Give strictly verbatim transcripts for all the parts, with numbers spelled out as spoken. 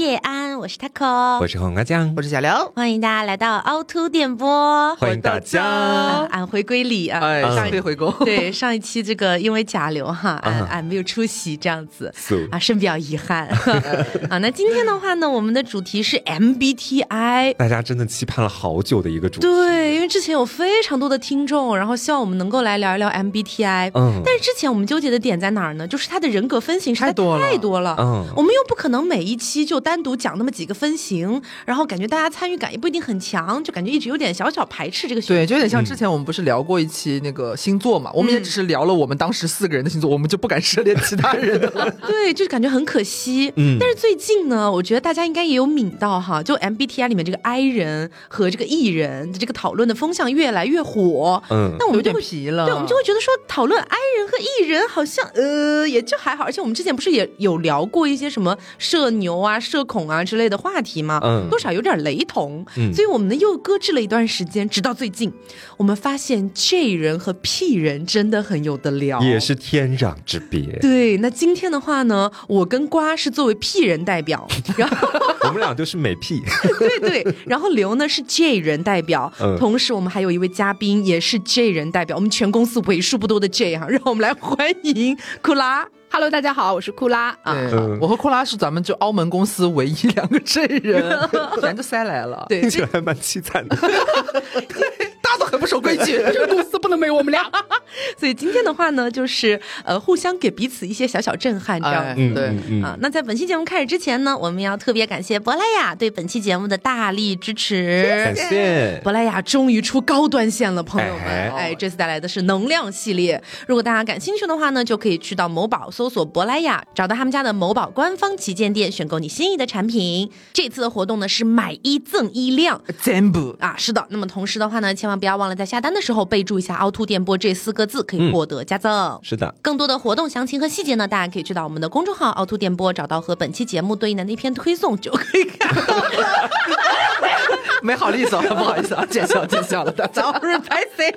叶安，我是 Taco， 我是黄瓜酱， 我是小刘， 欢迎大家来到凹凸电波， 欢迎大家。 啊、俺回归礼啊， 哎，上一回宫， 对上一期这个因为甲流哈，俺俺没有出席这样子啊，深表遗憾啊。那今天的话呢，我们的主题是 M B T I， 大家真的期盼了好久的一个主题。 对，因为之前有非常多的听众，然后希望我们能够来聊一聊 M B T I，嗯，但是之前我们纠结的点在哪儿呢？就是它的人格分型实在太多了，太多了，嗯，我们又不可能每一期就单独讲那么几个分型，然后感觉大家参与感也不一定很强，就感觉一直有点小小排斥这个选择。 对，就有点像之前我们不是聊过一期那个星座嘛，嗯、我们也只是聊了我们当时四个人的星座，我们就不敢涉猎其他人了。 对，就是感觉很可惜。嗯，但是最近呢，我觉得大家应该也有抿到哈，就 M B T I 里面这个 I 人和这个 E 人的这个讨论的风向越来越火。嗯，那我们就会皮了， 对，我们就会觉得说讨论 I 人和 E 人好像呃也就还好，而且我们之前不是也有聊过一些什么社牛啊、社恐啊之类的话题吗？嗯，多少有点雷同。嗯，所以我们呢又搁置了一段时间，直到最近，我们发现 J 人和 P 人真的很有得聊， 也是天壤之别。 对，那今天的话呢，我跟瓜是作为 P 人代表，然后我们俩都是美 P， 对对，然后刘呢是 J 人代表，嗯，同时我们还有一位嘉宾也是 J 人代表，我们全公司为数不多的 J 哈，让我们来欢迎库拉。 Hello， 大家好，我是库拉啊。 嗯、我和库拉是咱们就澳门公司唯一两个J人，全都塞来了， 对， 听起来还蛮凄惨的。 大家都很不守规矩， 这个公司不能没有我们俩。 所以今天的话呢，就是呃，互相给彼此一些小小震撼，这样子。 哎、对、 嗯、啊。那在本期节目开始之前呢，我们要特别感谢珀莱雅对本期节目的大力支持， 感谢珀莱雅终于出高端线了，朋友们。哎, 哎，这次带来的是能量系列。如果大家感兴趣的话呢，就可以去到某宝搜索珀莱雅，找到他们家的某宝官方旗舰店，选购你心仪的产品。这次的活动呢是买一赠一辆， 全部啊，是的。那么同时的话呢，千万不要忘了在下单的时候备注一下凹凸电波这四个字，可以获得加赠。嗯、 是的， 更多的活动详情和细节呢，大家可以去到我们的公众号凹凸电波，找到和本期节目对应的那篇推送就可以看到了。 没好意思，不好意思啊，见笑见笑了，大家。 早日拍谁？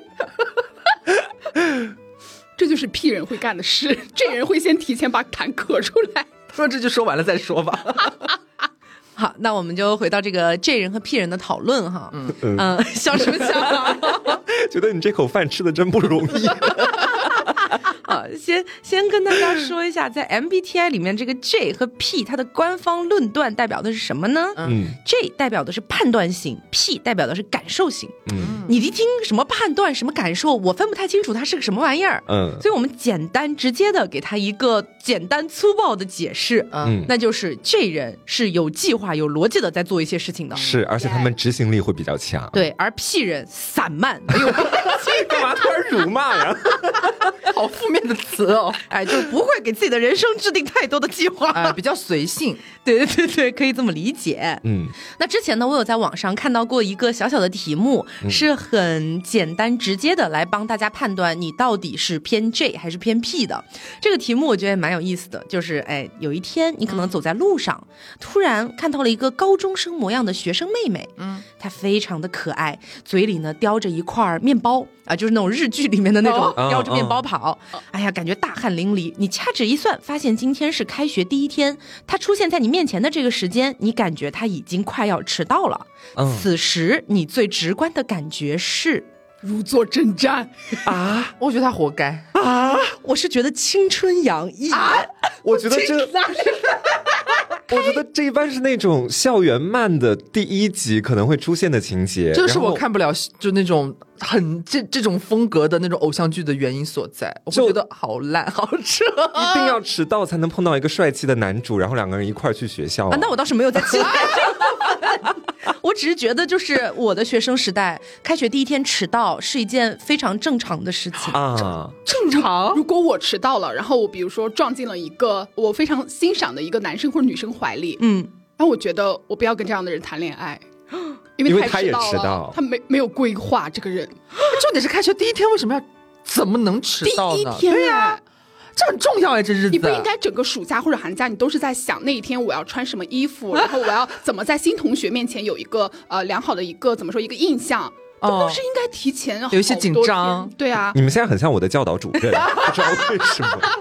这就是 P 人会干的事，这人会先提前把坎磕出来。 说这就说完了再说吧。 好，那我们就回到这个 J 人和 P 人的讨论哈。嗯嗯、呃，笑什么笑啊？ 觉得你这口饭吃的真不容易。 啊，先先跟大家说一下，在 M B T I 里面，这个 J 和 P 它的官方论断代表的是什么呢？嗯 ，J 代表的是判断型 ，P 代表的是感受型。嗯，你一听什么判断、什么感受，我分不太清楚它是个什么玩意儿。嗯，所以我们简单直接的给它一个简单粗暴的解释。嗯，那就是 J 人是有计划、有逻辑的在做一些事情的。 是，而且他们执行力会比较强。 对，而 P 人散漫，没有干嘛突然辱骂呀？ 好负面的词哦， 哎，就不会给自己的人生制定太多的计划， 哎，比较随性。 对对对对，可以这么理解。嗯，那之前呢，我有在网上看到过一个小小的题目，嗯、是很简单直接的来帮大家判断你到底是偏 J 还是偏 P 的。这个题目我觉得也蛮有意思的，就是哎，有一天你可能走在路上，嗯、突然看到了一个高中生模样的学生妹妹，嗯，她非常的可爱，嘴里呢叼着一块面包啊，就是那种日剧里面的那种叼着面包跑。哦哦、哎呀，感觉大汗淋漓。你掐指一算，发现今天是开学第一天，他出现在你面前的这个时间，你感觉他已经快要迟到了。嗯、此时你最直观的感觉是如坐针毡啊！我觉得他活该啊！我是觉得青春洋溢啊！ 我觉得这。我觉得这一般是那种校园漫的第一集可能会出现的情节， 这是我看不了就那种很这这种风格的那种偶像剧的原因所在。我会觉得好烂好扯， 一定要迟到才能碰到一个帅气的男主，然后两个人一块儿去学校、啊啊、那我倒是没有在期待我只是觉得就是我的学生时代开学第一天迟到是一件非常正常的事情啊， 正常。如果我迟到了，然后我比如说撞进了一个我非常欣赏的一个男生或者女生怀里，嗯，然后我觉得我不要跟这样的人谈恋爱，因为他也迟到， 他没没有规划这个人。 重点是开学第一天为什么要怎么能迟到呢？ 第一天对呀、啊，这很重要哎，这日子你不应该整个暑假或者寒假你都是在想那一天我要穿什么衣服，然后我要怎么在新同学面前有一个呃良好的一个怎么说一个印象。这不是应该提前有一些紧张？ 对啊， 你们现在很像我的教导主任，不知道为什么。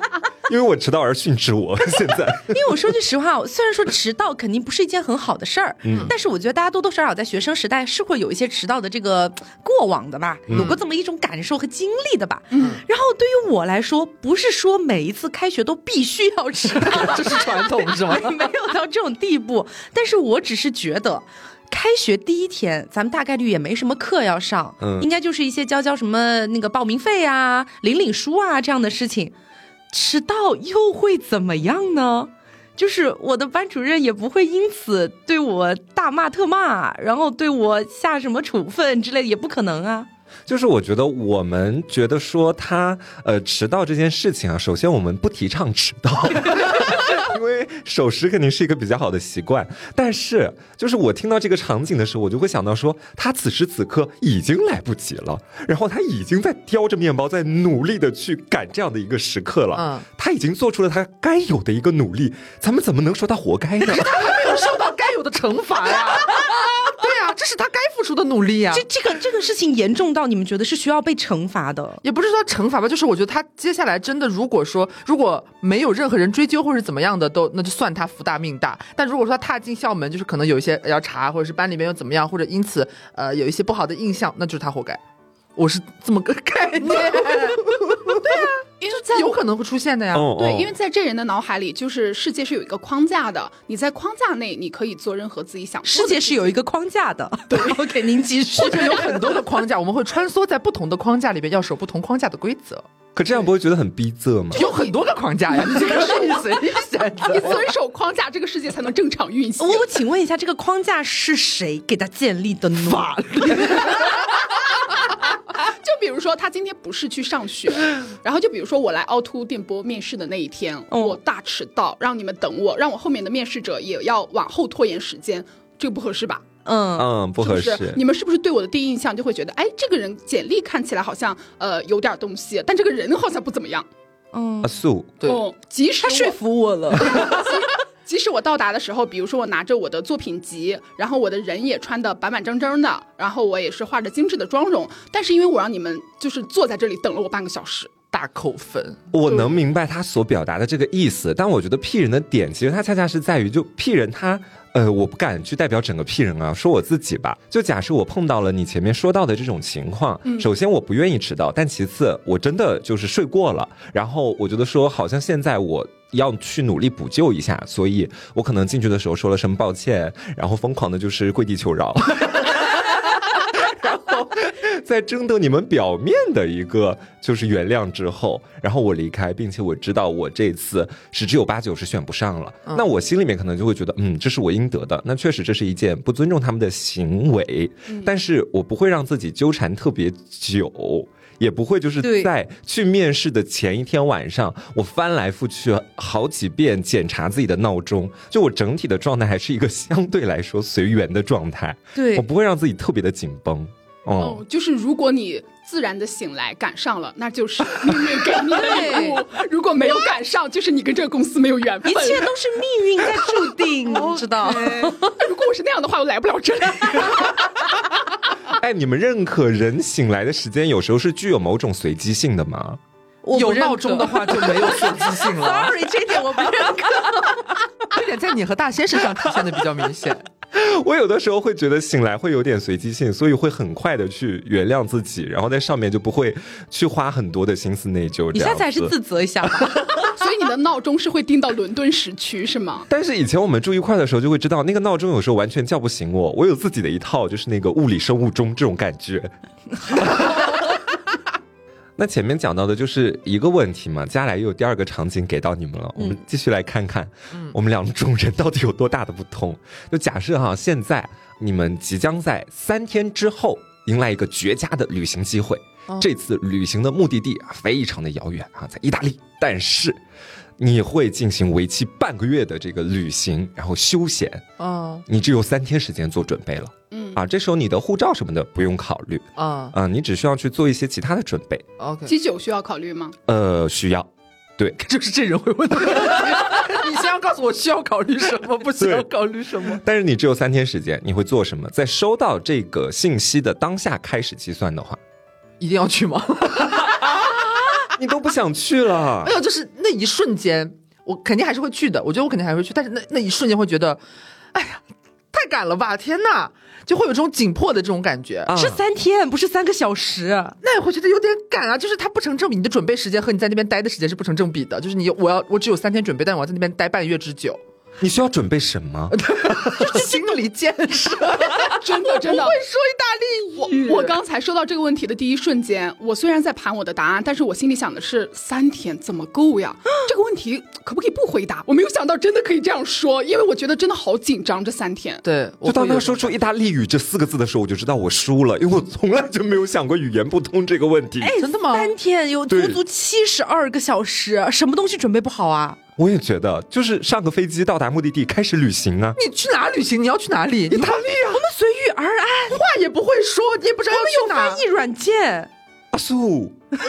因为我迟到而训斥我。现在， 因为我说句实话，虽然说迟到肯定不是一件很好的事儿，嗯，但是我觉得大家多多少少在学生时代是会有一些迟到的这个过往的吧，有过这么一种感受和经历的吧。嗯，然后对于我来说，不是说每一次开学都必须要迟到， 这是传统是吗？ 没有到这种地步，但是我只是觉得。开学第一天，咱们大概率也没什么课要上，嗯，应该就是一些交交什么那个报名费啊、领领书啊这样的事情。迟到又会怎么样呢？就是我的班主任也不会因此对我大骂特骂，然后对我下什么处分之类的，也不可能啊。 就是我觉得我们觉得说他呃迟到这件事情啊，首先我们不提倡迟到。因为守时肯定是一个比较好的习惯，但是就是我听到这个场景的时候，我就会想到说，他此时此刻已经来不及了，然后他已经在叼着面包，在努力的去赶这样的一个时刻了。嗯，他已经做出了他该有的一个努力，咱们怎么能说他活该呢？ 可是他还没有受到该有的惩罚呀。对呀，这是他该付出的努力呀。 这这个这个事情严重到你们觉得是需要被惩罚的？ 也不是说惩罚吧，就是我觉得他接下来真的，如果说如果没有任何人追究或者怎么样的，都那就算他福大命大。但如果说他踏进校门，就是可能有一些要查，或者是班里面又怎么样，或者因此呃有一些不好的印象，那就是他活该。我是这么个概念。对啊，因为在有可能会出现的呀。 对，因为在这人的脑海里，就是世界是有一个框架的，你在框架内你可以做任何自己想做的。 世界是有一个框架的，对，我给您继续。 或者有很多的框架，我们会穿梭在不同的框架里边，要守不同框架的规则。 可这样不会觉得很逼仄吗？ 有很多个框架呀，你这个是你随意选择。 你遵守框架，这个世界才能正常运行。 我请问一下，这个框架是谁给他建立的呢？ 法律。 就比如说他今天不是去上学，然后就比如说我来凹凸电波面试的那一天，哦、我大迟到，让你们等我，让我后面的面试者也要往后拖延时间，这个不合适吧？ 嗯嗯，不合适。 是不是你们是不是对我的第一印象就会觉得，哎，这个人简历看起来好像呃有点东西，但这个人好像不怎么样。 嗯， 啊素对， 哦，即使他说服我了。 即使我到达的时候，比如说我拿着我的作品集，然后我的人也穿得板板正正的，然后我也是化着精致的妆容，但是因为我让你们就是坐在这里等了我半个小时， 大扣分。 我能明白他所表达的这个意思，但我觉得 P 人的点其实他恰恰是在于，就 P 人他呃，我不敢去代表整个 P 人啊，说我自己吧。就假设我碰到了你前面说到的这种情况，嗯、首先我不愿意迟到，但其次我真的就是睡过了，然后我觉得说好像现在我要去努力补救一下，所以我可能进去的时候说了声抱歉，然后疯狂的就是跪地求饶。然后在征得你们表面的一个就是原谅之后，然后我离开，并且我知道我这次十之有八九是选不上了，嗯、那我心里面可能就会觉得，嗯，这是我应得的。那确实这是一件不尊重他们的行为，嗯、但是我不会让自己纠缠特别久。也不会就是在去面试的前一天晚上，我翻来覆去好几遍检查自己的闹钟，就我整体的状态还是一个相对来说随缘的状态。 对， 我不会让自己特别的紧绷。 哦，哦就是如果你自然的醒来赶上了，那就是命运给你的礼物；如果没有赶上，就是你跟这个公司没有缘分。 一切都是命运在注定，你知道。 如果我是那样的话，我来不了这里。 哎，你们认可人醒来的时间有时候是具有某种随机性的吗？ 有闹钟的话就没有随机性了。 Sorry， 这点我不认可。 这点在你和大仙身上体现的比较明显。 我有的时候会觉得醒来会有点随机性，所以会很快的去原谅自己，然后在上面就不会去花很多的心思内疚。 你下次还是自责一下吧。 所以你的闹钟是会定到伦敦时区是吗？ 但是以前我们住一块的时候就会知道，那个闹钟有时候完全叫不醒我，我有自己的一套，就是那个物理生物钟这种感觉。那前面讲到的就是一个问题嘛，接下来又有第二个场景给到你们了，嗯、我们继续来看看，我们两种人到底有多大的不同。就假设哈，现在你们即将在三天之后迎来一个绝佳的旅行机会，哦、这次旅行的目的地啊非常的遥远啊，在意大利，但是你会进行为期半个月的这个旅行，然后休闲，哦，你只有三天时间做准备了。嗯啊，这时候你的护照什么的不用考虑啊啊，你只需要去做一些其他的准备。 OK， 机酒需要考虑吗？ 呃，需要。对， 就是这人会问的问题。你先要告诉我需要考虑什么，不需要考虑什么。 但是你只有三天时间，你会做什么？在收到这个信息的当下开始计算的话， 一定要去吗？ 你都不想去了。 没有，就是那一瞬间我肯定还是会去的，我觉得我肯定还会去，但是那那一瞬间会觉得哎呀太赶了吧，天哪，就会有这种紧迫的这种感觉、 啊、 是三天不是三个小时， 那也会觉得有点赶啊，就是它不成正比，你的准备时间和你在那边待的时间是不成正比的，就是你我要我只有三天准备，但我要在那边待半个月之久。 你需要准备什么？ 心理建设。 真的真的我不会说意大利语。 我我刚才收到这个问题的第一瞬间，我虽然在盘我的答案，但是我心里想的是三天怎么够呀？这个问题可不可以不回答？我没有想到真的可以这样说，因为我觉得真的好紧张这三天。 对， 就当他说出意大利语这四个字的时候，我就知道我输了，因为我从来就没有想过语言不通这个问题。 哎， 真的吗？ 三天有足足七十二个小时，什么东西准备不好啊？ 我也觉得，就是上个飞机到达目的地，开始旅行啊！ 你去哪旅行？你要去哪里？意大利啊！ 我们随遇而安， 话也不会说，你也不知道要去哪。 我们有翻译软件。 阿素，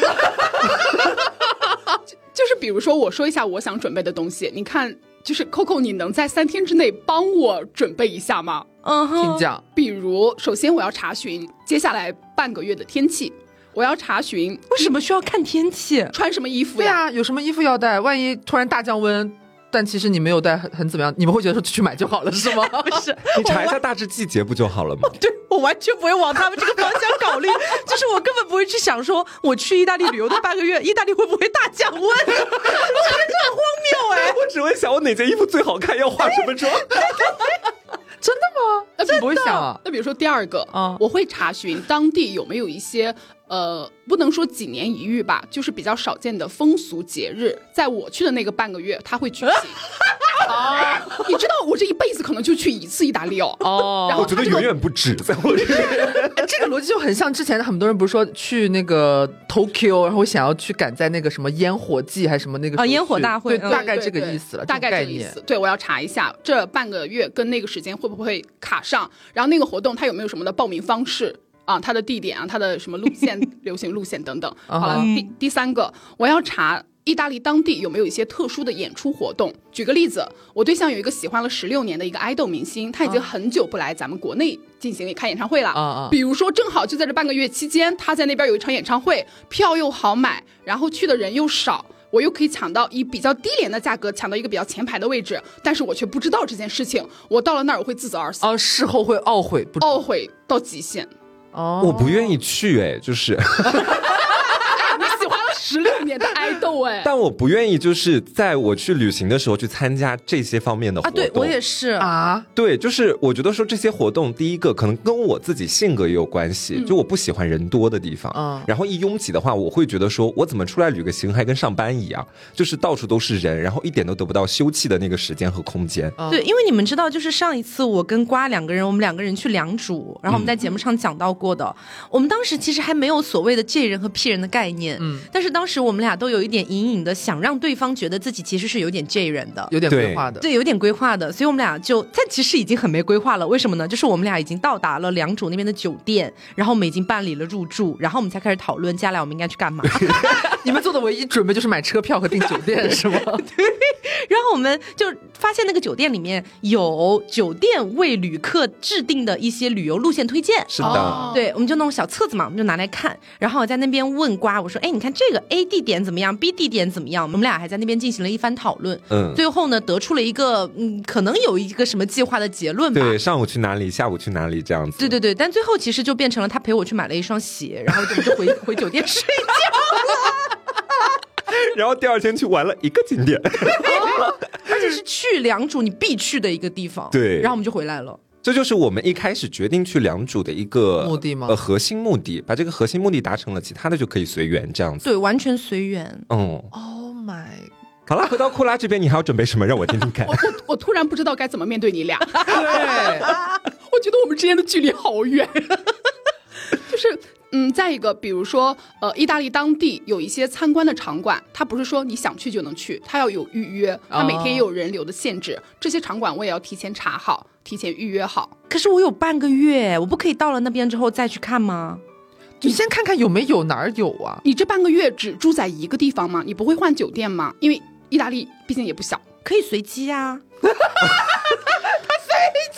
就是比如说，我说一下我想准备的东西，你看，就是 Coco， 你能在三天之内帮我准备一下吗？ 嗯哼， 请讲。 比如，首先我要查询接下来半个月的天气。我要查询为什么需要看天气， 穿什么衣服呀？ 对啊，有什么衣服要带？万一突然大降温，但其实你没有带很很怎么样，你们会觉得说去买就好了是吗？ 不是， 你查一下大致季节不就好了吗？ 对，我完全不会往他们这个方向考虑，就是我根本不会去想说我去意大利旅游的半个月，意大利会不会大降温？我觉得这很荒谬哎！ 我只会想我哪件衣服最好看，要化什么妆。 真的吗？那你不会想啊？ 那比如说第二个， 嗯， 我会查询当地有没有一些呃，不能说几年一遇吧，就是比较少见的风俗节日，在我去的那个半个月，它会举行。啊，你知道我这一辈子可能就去一次意大利哦。 哦， 然后我觉得远远不止，在我这边。 这个逻辑就很像之前很多人不是说去那个 Tokyo， 然后想要去赶在那个什么烟火季还是什么那个啊烟火大会， 对，大概这个意思了， 大概这个意思。对，我要查一下这半个月跟那个时间会不会卡上，然后那个活动它有没有什么的报名方式啊，它的地点啊，它的什么路线、流行路线等等。好了，第第三个，我要查意大利当地有没有一些特殊的演出活动。举个例子，我对象有一个喜欢了十六年的一个爱豆明星，他已经很久不来咱们国内进行开演唱会了。 啊啊！ 比如说，正好就在这半个月期间，他在那边有一场演唱会，票又好买，然后去的人又少。我又可以抢到以比较低廉的价格抢到一个比较前排的位置，但是我却不知道这件事情。我到了那儿我会自责而死。 哦，事后会懊悔，不懊悔到极限。 哦， 我不愿意去，哎，就是。 你喜欢了十六年的爱豆哎， 但我不愿意，就是在我去旅行的时候去参加这些方面的活动。 啊，对我也是啊， 对，就是我觉得说这些活动，第一个可能跟我自己性格也有关系，嗯、就我不喜欢人多的地方，嗯，然后一拥挤的话，我会觉得说我怎么出来旅个行还跟上班一样，就是到处都是人，然后一点都得不到休憩的那个时间和空间。 嗯、对，因为你们知道，就是上一次我跟瓜两个人，我们两个人去良渚，然后我们在节目上讲到过的，嗯、我们当时其实还没有所谓的 J 人和 P 人的概念，嗯，但是当时我们俩都有一点隐隐的想让对方觉得自己其实是有点 J 人的， 有点规划的， 对，有点规划的，所以我们俩就，但其实已经很没规划了。为什么呢？就是我们俩已经到达了良渚那边的酒店，然后我们已经办理了入住，然后我们才开始讨论接下来我们应该去干嘛。 你们做的唯一准备就是买车票和订酒店是吗？ 对，然后我们就发现那个酒店里面有酒店为旅客制定的一些旅游路线推荐， 是的，哦、 对，我们就那种小册子嘛，我们就拿来看，然后我在那边问瓜，我说，哎，你看这个 A 地点怎么样 ，B 地点怎么样？我们俩还在那边进行了一番讨论，嗯，最后呢得出了一个嗯，可能有一个什么计划的结论吧。 对，上午去哪里，下午去哪里这样子。 对对对，但最后其实就变成了他陪我去买了一双鞋，然后我们就回回酒店睡觉了。 然后第二天去玩了一个景点， 而且是去良渚你必去的一个地方。 对， 然后我们就回来了。 这就是我们一开始决定去良渚的一个目的吗？ 呃，核心目的，把这个核心目的达成了，其他的就可以随缘这样子。 对，完全随缘。 嗯 ，Oh my， 好了，回到库拉这边，你还要准备什么？让我听听看。 我我我突然不知道该怎么面对你俩。 对， 我觉得我们之间的距离好远。就是嗯，再一个，比如说，呃，意大利当地有一些参观的场馆，它不是说你想去就能去，它要有预约，它每天也有人流的限制。哦、这些场馆我也要提前查好，提前预约好。 可是我有半个月，我不可以到了那边之后再去看吗？ 你先看看有没有，哪儿有啊？ 你这半个月只住在一个地方吗？你不会换酒店吗？因为意大利毕竟也不小， 可以随机啊。 他随机，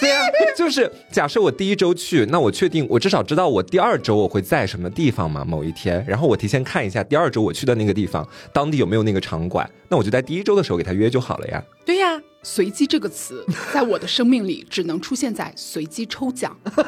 对啊，就是假设我第一周去，那我确定我至少知道我第二周我会在什么地方嘛，某一天，然后我提前看一下第二周我去的那个地方当地有没有那个场馆，那我就在第一周的时候给他约就好了呀。 对呀， 随机这个词在我的生命里只能出现在随机抽奖，不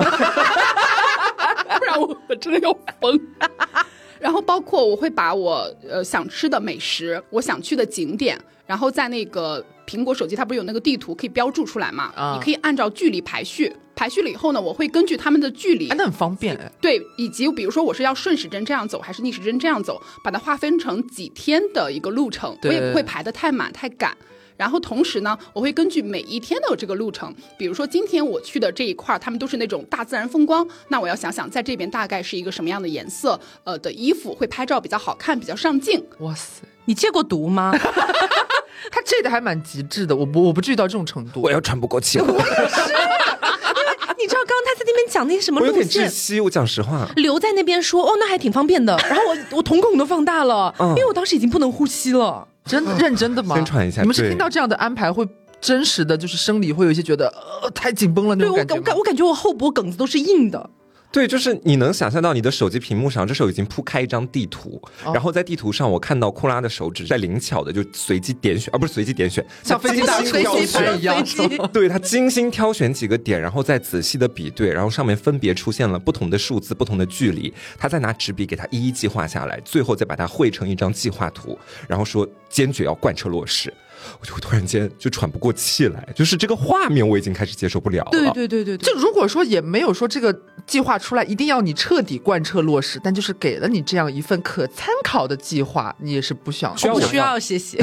然我我真的要疯。然后包括我会把我呃想吃的美食，我想去的景点，然后在那个苹果手机它不是有那个地图可以标注出来嘛、啊、你可以按照距离排序，排序了以后呢，我会根据他们的距离、 啊、那很方便哎。 对，以及比如说我是要顺时针这样走还是逆时针这样走，把它划分成几天的一个路程，我也不会排得太满太赶。然后同时呢，我会根据每一天的这个路程，比如说今天我去的这一块他们都是那种大自然风光，那我要想想在这边大概是一个什么样的颜色呃的衣服会拍照比较好看比较上镜。 哇塞， 你戒过毒吗？ 他这的还蛮极致的，我不我不至于到这种程度。 我要喘不过气了。我也是， 因为你知道刚刚他在那边讲那些什么路线， 我有点窒息，我讲实话。 留在那边说哦，那还挺方便的。然后我我瞳孔都放大了、嗯，因为我当时已经不能呼吸了。 真的认真的吗？ 宣传一下， 你们是听到这样的安排会真实的就是生理会有一些觉得呃太紧绷了那种感觉吗？ 对，我感我感觉我后脖梗子都是硬的。 对，就是你能想象到你的手机屏幕上这时候已经铺开一张地图、哦、然后在地图上我看到库拉的手指在灵巧的就随机点选，而、啊、不是随机点选， 像飞机大随机盘一样。 对，他精心挑选几个点，然后再仔细的比对，然后上面分别出现了不同的数字不同的距离，他再拿纸笔给他一一计划下来，最后再把它绘成一张计划图，然后说坚决要贯彻落实。我就突然间就喘不过气来，就是这个画面我已经开始接受不了了。 对对对对对， 就如果说也没有说这个计划出来一定要你彻底贯彻落实，但就是给了你这样一份可参考的计划，你也是不想我不需要谢谢。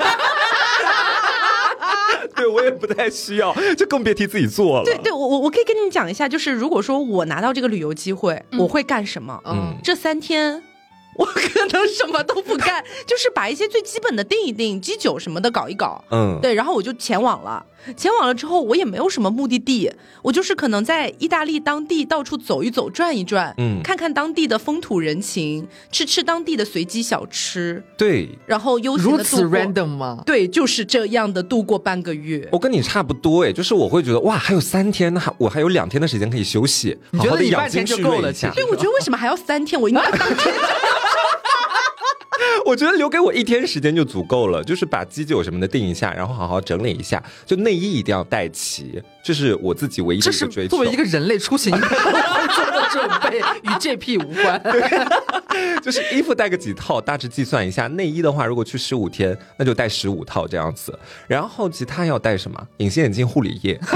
对，我也不太需要，就更别提自己做了。 对对，我我可以跟你讲一下，就是如果说我拿到这个旅游机会、嗯、我会干什么。嗯，这三天我可能什么都不干，就是把一些最基本的定一定，基酒什么的搞一搞。嗯，对，然后我就前往了。前往了之后，我也没有什么目的地，我就是可能在意大利当地到处走一走、转一转，嗯，看看当地的风土人情，吃吃当地的随机小吃。 对， 然后悠闲的度过。 如此 random 吗？ 对，就是这样的度过半个月。 我跟你差不多哎，就是我会觉得哇，还有三天，那我还有两天的时间可以休息， 你觉得你半天就够了？ 对，我觉得为什么还要三天？我应该当天。 我觉得留给我一天时间就足够了，就是把基酒什么的定一下，然后好好整理一下，就内衣一定要带齐，这是我自己唯一的一个追求。 作为一个人类出行应该会做的准备，与这屁无关。 就是衣服带个几套，大致计算一下。内衣的话，如果去十五天，那就带十五套这样子。然后其他要带什么？隐形眼镜、护理液。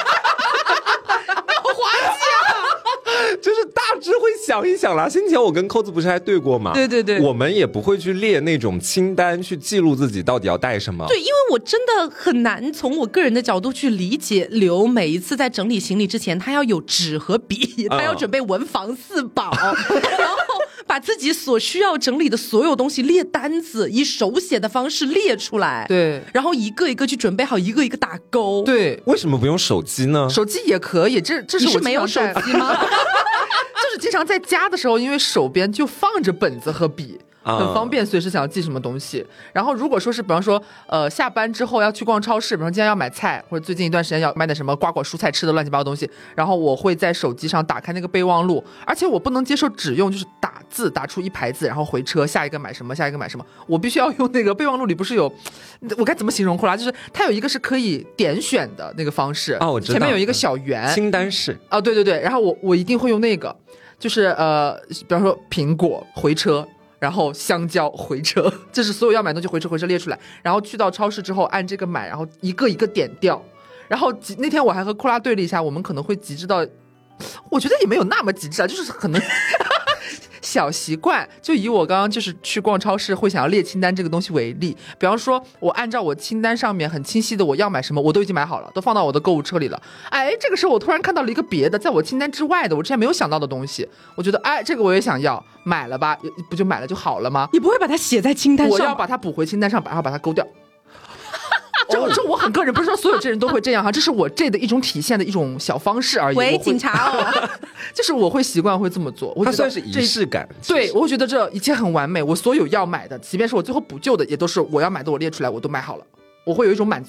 就是大致会想一想啦。先前我跟扣子不是还对过吗？ 对对对， 我们也不会去列那种清单去记录自己到底要带什么。 对，因为我真的很难从我个人的角度去理解刘每一次在整理行李之前，他要有纸和笔，他要准备文房四宝，嗯、然后把自己所需要整理的所有东西列单子，以手写的方式列出来。 对， 然后一个一个去准备好，一个一个打勾。 对， 为什么不用手机呢？ 手机也可以，这这是我你是没有手机吗？ 就是经常在家的时候，因为手边就放着本子和笔，很方便随时想要记什么东西。然后如果说是比方说呃下班之后要去逛超市，比方说今天要买菜，或者最近一段时间要买点什么瓜果蔬菜吃的乱七八糟东西，然后我会在手机上打开那个备忘录，而且我不能接受只用就是打字打出一排字然后回车下一个买什么下一个买什么，我必须要用那个备忘录里不是有我该怎么形容库拉，就是它有一个是可以点选的那个方式啊，我知道前面有一个小圆清单式啊，对对对，然后我我一定会用那个，就是呃比方说苹果回车，然后香蕉回车，这是所有要买的东西回车回车列出来，然后去到超市之后按这个买，然后一个一个点掉。然后那天我还和库拉对了一下，我们可能会极致到，我觉得也没有那么极致啊，就是可能小习惯，就以我刚刚就是去逛超市会想要列清单这个东西为例，比方说我按照我清单上面很清晰的我要买什么我都已经买好了，都放到我的购物车里了，哎，这个时候我突然看到了一个别的在我清单之外的我之前没有想到的东西，我觉得哎这个我也想要，买了吧，不就买了就好了吗？ 你不会把它写在清单上？ 我要把它补回清单上，然后把它勾掉。这这我很个人，不是说所有这人都会这样哈，这是我这的一种体现的一种小方式而已。 喂，警察哦， 就是我会习惯会这么做，我觉得它算是仪式感。 对，我会觉得这一切很完美，我所有要买的，即便是我最后补救的，也都是我要买的，我列出来，我都买好了，我会有一种满足感。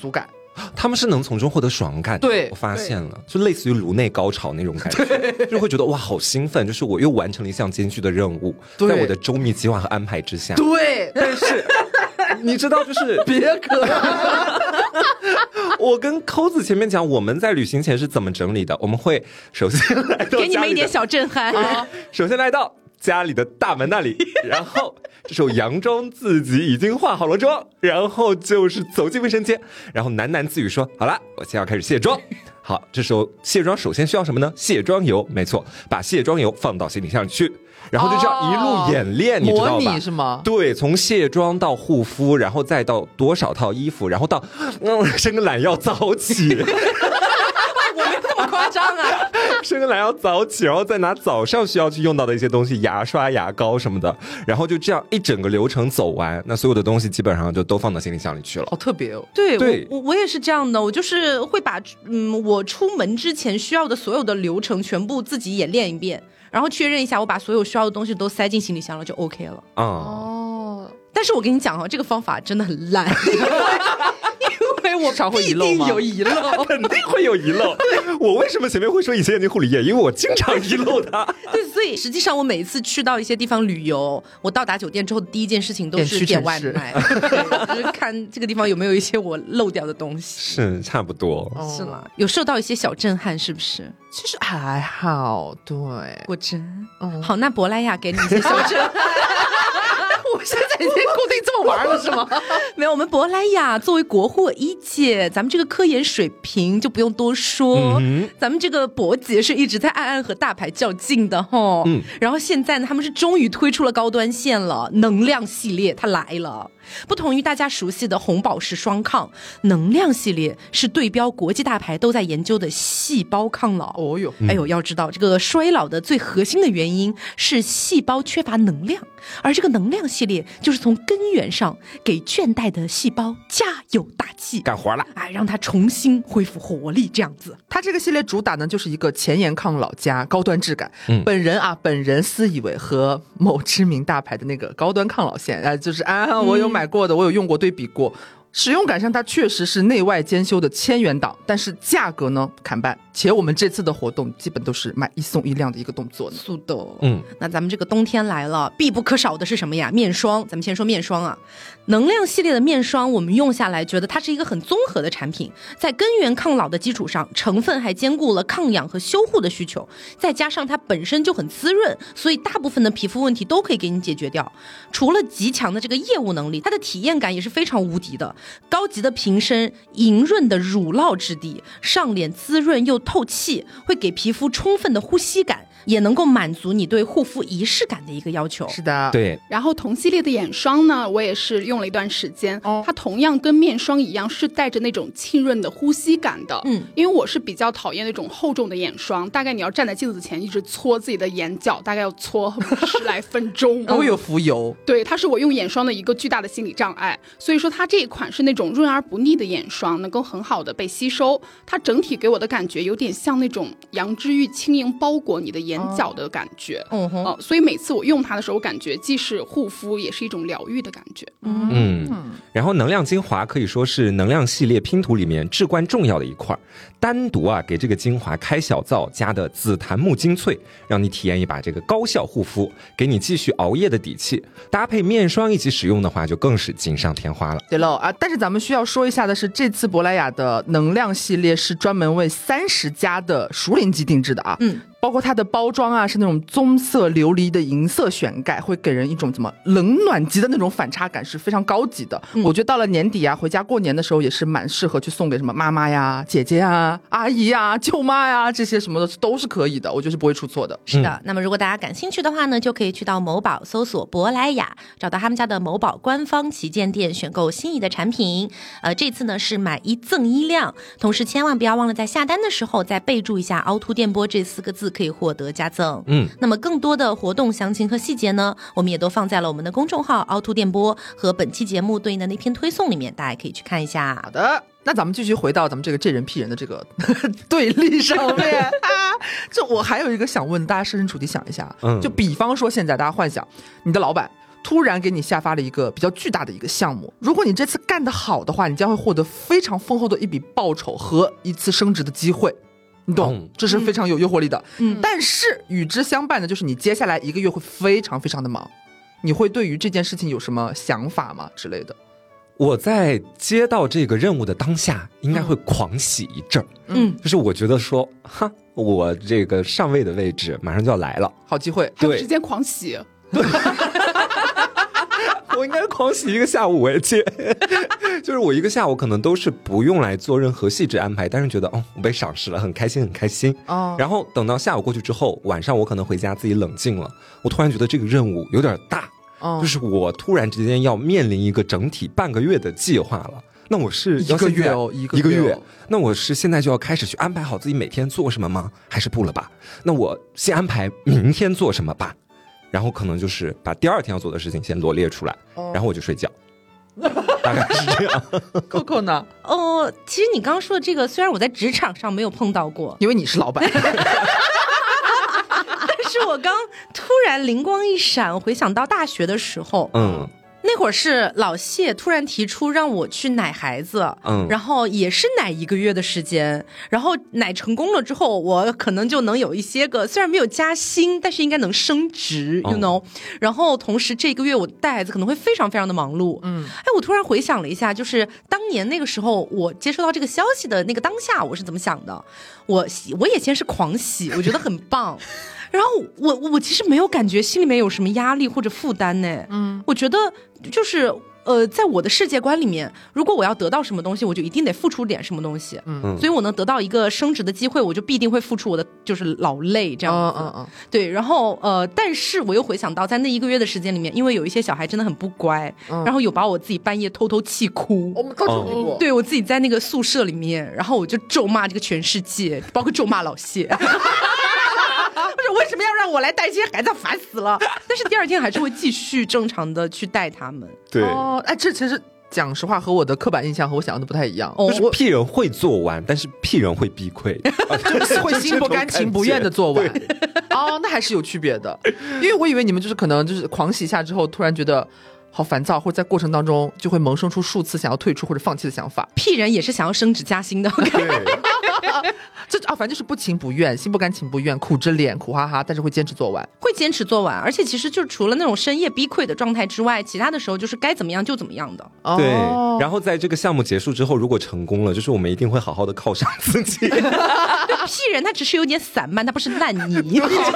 他们是能从中获得爽感的。 对， 我发现了，就类似于颅内高潮那种感觉，就会觉得哇好兴奋，就是我又完成了一项艰巨的任务，在我的周密计划和安排之下。 对， 但是你知道就是别可我跟抠子前面讲我们在旅行前是怎么整理的，我们会首先来到给你们一点小震撼、啊、 首先来到家里的大门那里，然后这时候佯装自己已经化好了妆，然后就是走进卫生间，然后喃喃自语说好了我现在要开始卸妆。好，这时候卸妆首先需要什么呢？卸妆油，没错，把卸妆油放到行李箱里去，然后就这样一路演练、哦、你知道吧？ 模拟是吗？ 对，从卸妆到护肤，然后再到多少套衣服，然后到嗯伸个懒腰早起我没那么夸张啊， 伸个懒腰早起，然后再拿早上需要去用到的一些东西，牙刷牙膏什么的，然后就这样一整个流程走完，那所有的东西基本上就都放到行李箱里去了。 好特别哦。 对， 对我我也是这样的，我就是会把嗯我出门之前需要的所有的流程全部自己演练一遍，然后确认一下我把所有需要的东西都塞进行李箱了就 OK 了。 哦， 但是我跟你讲哦，这个方法真的很烂因为我常会遗漏吗？ 有遗漏肯定会有遗漏我为什么前面会说以前眼睛护理液，因为我经常遗漏它对，所以实际上我每一次去到一些地方旅游，我到达酒店之后第一件事情都是点外卖对，就是看这个地方有没有一些我漏掉的东西。 是差不多、 哦、是啦，有受到一些小震撼是不是？ 其实还好，对， 果真、 嗯、 好，那珀莱雅给你一些小震撼我现在已经固定这么玩了是吗？ 没有，我们珀莱雅作为国货一姐，咱们这个科研水平就不用多说、嗯、咱们这个珀姐是一直在暗暗和大牌较劲的齁、嗯、然后现在呢他们是终于推出了高端线了，能量系列它来了。不同于大家熟悉的红宝石双抗，能量系列是对标国际大牌都在研究的细胞抗老。 哦哟， 哎呦，要知道这个衰老的最核心的原因是细胞缺乏能量，而这个能量系列就是从根源上给倦怠的细胞加油打气， 干活了， 哎，让它重新恢复活力，这样子。 它这个系列主打呢，就是一个前沿抗老加高端质感。嗯，本人啊，本人私以为和某知名大牌的那个高端抗老线，啊，就是啊，我有买过的，我有用过，对比过。使用感上它确实是内外兼修的千元档，但是价格呢砍半，且我们这次的活动基本都是买一送一辆的一个动作呢。 速度，嗯，那咱们这个冬天来了，必不可少的是什么呀？面霜。咱们先说面霜啊，能量系列的面霜，我们用下来觉得它是一个很综合的产品，在根源抗老的基础上，成分还兼顾了抗氧和修护的需求，再加上它本身就很滋润，所以大部分的皮肤问题都可以给你解决掉。除了极强的这个业务能力，它的体验感也是非常无敌的。高级的瓶身，莹润的乳酪质地，上脸滋润又透气，会给皮肤充分的呼吸感，也能够满足你对护肤仪式感的一个要求。 是的， 对。 然后同系列的眼霜呢，我也是用了一段时间、哦、它同样跟面霜一样是带着那种沁润的呼吸感的。嗯，因为我是比较讨厌那种厚重的眼霜，大概你要站在镜子前一直搓自己的眼角，大概要搓十来分钟我有浮油。 对，它是我用眼霜的一个巨大的心理障碍，所以说它这一款是那种润而不腻的眼霜，能够很好的被吸收。它整体给我的感觉有点像那种羊脂玉轻盈包裹你的眼角的感觉。嗯哼、呃，所以每次我用它的时候，我感觉既是护肤，也是一种疗愈的感觉。 嗯，然后能量精华可以说是能量系列拼图里面至关重要的一块，单独啊给这个精华开小灶加的紫檀木精粹，让你体验一把这个高效护肤，给你继续熬夜的底气。搭配面霜一起使用的话，就更是锦上添花了。 对喽啊！但是咱们需要说一下的是，这次珀莱雅的能量系列是专门为三十加的熟龄肌定制的啊。嗯。包括它的包装啊，是那种棕色琉璃的银色旋盖，会给人一种怎么冷暖级的那种反差感，是非常高级的。嗯、我觉得到了年底啊，回家过年的时候也是蛮适合去送给什么妈妈呀、姐姐啊、阿姨呀、舅妈呀这些什么的都是可以的，我觉得是不会出错的。 是的，嗯、那么如果大家感兴趣的话呢，就可以去到某宝搜索珀莱雅，找到他们家的某宝官方旗舰店，选购心仪的产品。呃，这次呢是买一赠一辆，同时千万不要忘了在下单的时候再备注一下凹凸电波这四个字，可以获得加赠。嗯，那么更多的活动详情和细节呢，我们也都放在了我们的公众号凹凸电波和本期节目对应的那篇推送里面，大家可以去看一下。 好的，那咱们继续回到咱们这个这人 P 人的这个对立上面啊。这我还有一个想问大家设身处地想一下，嗯，就比方说现在大家幻想你的老板突然给你下发了一个比较巨大的一个项目，如果你这次干得好的话，你将会获得非常丰厚的一笔报酬和一次升职的机会，你懂、嗯、这是非常有诱惑力的。嗯，但是与之相伴的就是你接下来一个月会非常非常的忙，你会对于这件事情有什么想法吗之类的？ 我在接到这个任务的当下应该会狂喜一阵，嗯，就是我觉得说哈，我这个上位的位置马上就要来了， 好机会， 还有时间狂喜。 对我应该狂喜一个下午，我也接就是我一个下午可能都是不用来做任何细致安排，但是觉得哦，我被赏识了，很开心很开心、哦、然后等到下午过去之后，晚上我可能回家自己冷静了，我突然觉得这个任务有点大、哦、就是我突然之间要面临一个整体半个月的计划了，那我是一个月哦， 一个月, 一个月那我是现在就要开始去安排好自己每天做什么吗？还是不了吧？那我先安排明天做什么吧，然后可能就是把第二天要做的事情先罗列出来、哦、然后我就睡觉大概是这样。 Coco 呢？ 哦，其实你刚刚说的这个虽然我在职场上没有碰到过， 因为你是老板但是我刚突然灵光一闪，回想到大学的时候，嗯，那会儿是老谢突然提出让我去奶孩子，嗯，然后也是奶一个月的时间，然后奶成功了之后，我可能就能有一些个虽然没有加薪，但是应该能升职、哦、you know， 然后同时这个月我带孩子可能会非常非常的忙碌，嗯，哎，我突然回想了一下，就是当年那个时候我接收到这个消息的那个当下，我是怎么想的？我我也先是狂喜，我觉得很棒。然后我我其实没有感觉心里面有什么压力或者负担呢，嗯，我觉得就是呃，在我的世界观里面，如果我要得到什么东西，我就一定得付出点什么东西，嗯，所以我能得到一个升职的机会，我就必定会付出我的就是劳累这样子，嗯嗯嗯，对，然后呃，但是我又回想到在那一个月的时间里面，因为有一些小孩真的很不乖，嗯、然后有把我自己半夜偷偷气哭， 我们都经历过， 对我自己在那个宿舍里面，然后我就咒骂这个全世界，包括咒骂老谢。为什么要让我来带这些孩子，烦死了。但是第二天还是会继续正常的去带他们。 对、 哦、哎，这其实讲实话和我的刻板印象和我想的不太一样、 哦、就是屁人会做完，但是屁人会避亏就是会心不甘情不愿的做完哦，那还是有区别的。因为我以为你们就是可能就是狂喜一下之后突然觉得好烦躁，或者在过程当中就会萌生出数次想要退出或者放弃的想法。 屁人也是想要升职加薪的这啊，反正就是不情不愿，心不甘情不愿，苦着脸苦哈哈，但是会坚持做完， 会坚持做完。而且其实就除了那种深夜逼溃的状态之外，其他的时候就是该怎么样就怎么样的。 对，然后在这个项目结束之后，如果成功了，就是我们一定会好好的犒赏自己。 对，屁人他只是有点散漫，他不是烂泥。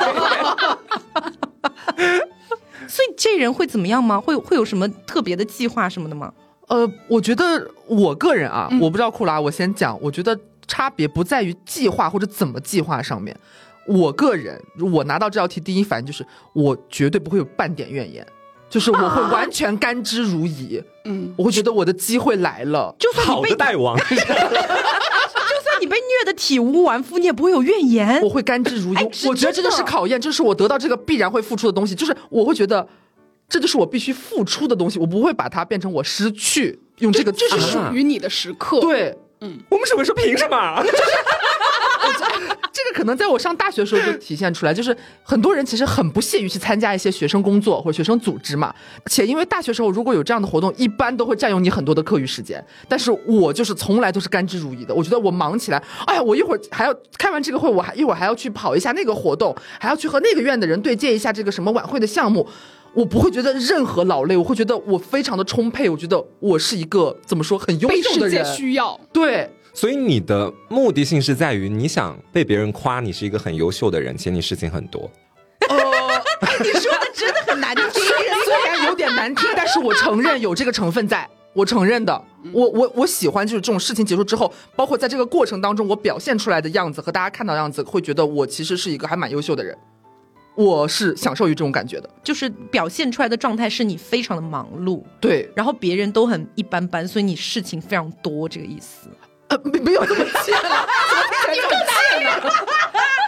所以这人会怎么样吗？会会有什么特别的计划什么的吗？ 呃，我觉得我个人啊，嗯、我不知道库拉，我先讲，我觉得差别不在于计划或者怎么计划上面。我个人，我拿到这道题第一反应就是，我绝对不会有半点怨言，就是我会完全甘之如饴。嗯、啊，我会觉得我的机会来了， 就算你被好的大王。 就算你被虐的体无完肤，你也不会有怨言， 我会甘之如饴。我觉得这就是考验，这是我得到这个必然会付出的东西，就是我会觉得这就是我必须付出的东西，我不会把它变成我失去。用这个这是属于你的时刻。 对， 嗯，我们什么时候凭什么？就是这个可能在我上大学的时候就体现出来，就是很多人其实很不屑于去参加一些学生工作或者学生组织嘛，且因为大学时候如果有这样的活动，一般都会占用你很多的课余时间。但是我就是从来都是甘之如饴的，我觉得我忙起来，哎呀，我一会儿还要开完这个会，我还一会儿还要去跑一下那个活动，还要去和那个院的人对接一下这个什么晚会的项目。我不会觉得任何劳累，我会觉得我非常的充沛，我觉得我是一个怎么说很优秀的人， 被世界需要。 对， 所以你的目的性是在于你想被别人夸你是一个很优秀的人，且你事情很多。 呃， 你说的真的很难听， 虽然有点难听，但是我承认有这个成分在，我承认的。我我我喜欢就是这种事情结束之后，包括在这个过程当中我表现出来的样子和大家看到的样子，会觉得我其实是一个还蛮优秀的人。我是享受于这种感觉的， 就是表现出来的状态是你非常的忙碌， 对， 然后别人都很一般般，所以你事情非常多，这个意思。 呃，没没有这么贱啊，你更贱啊！没有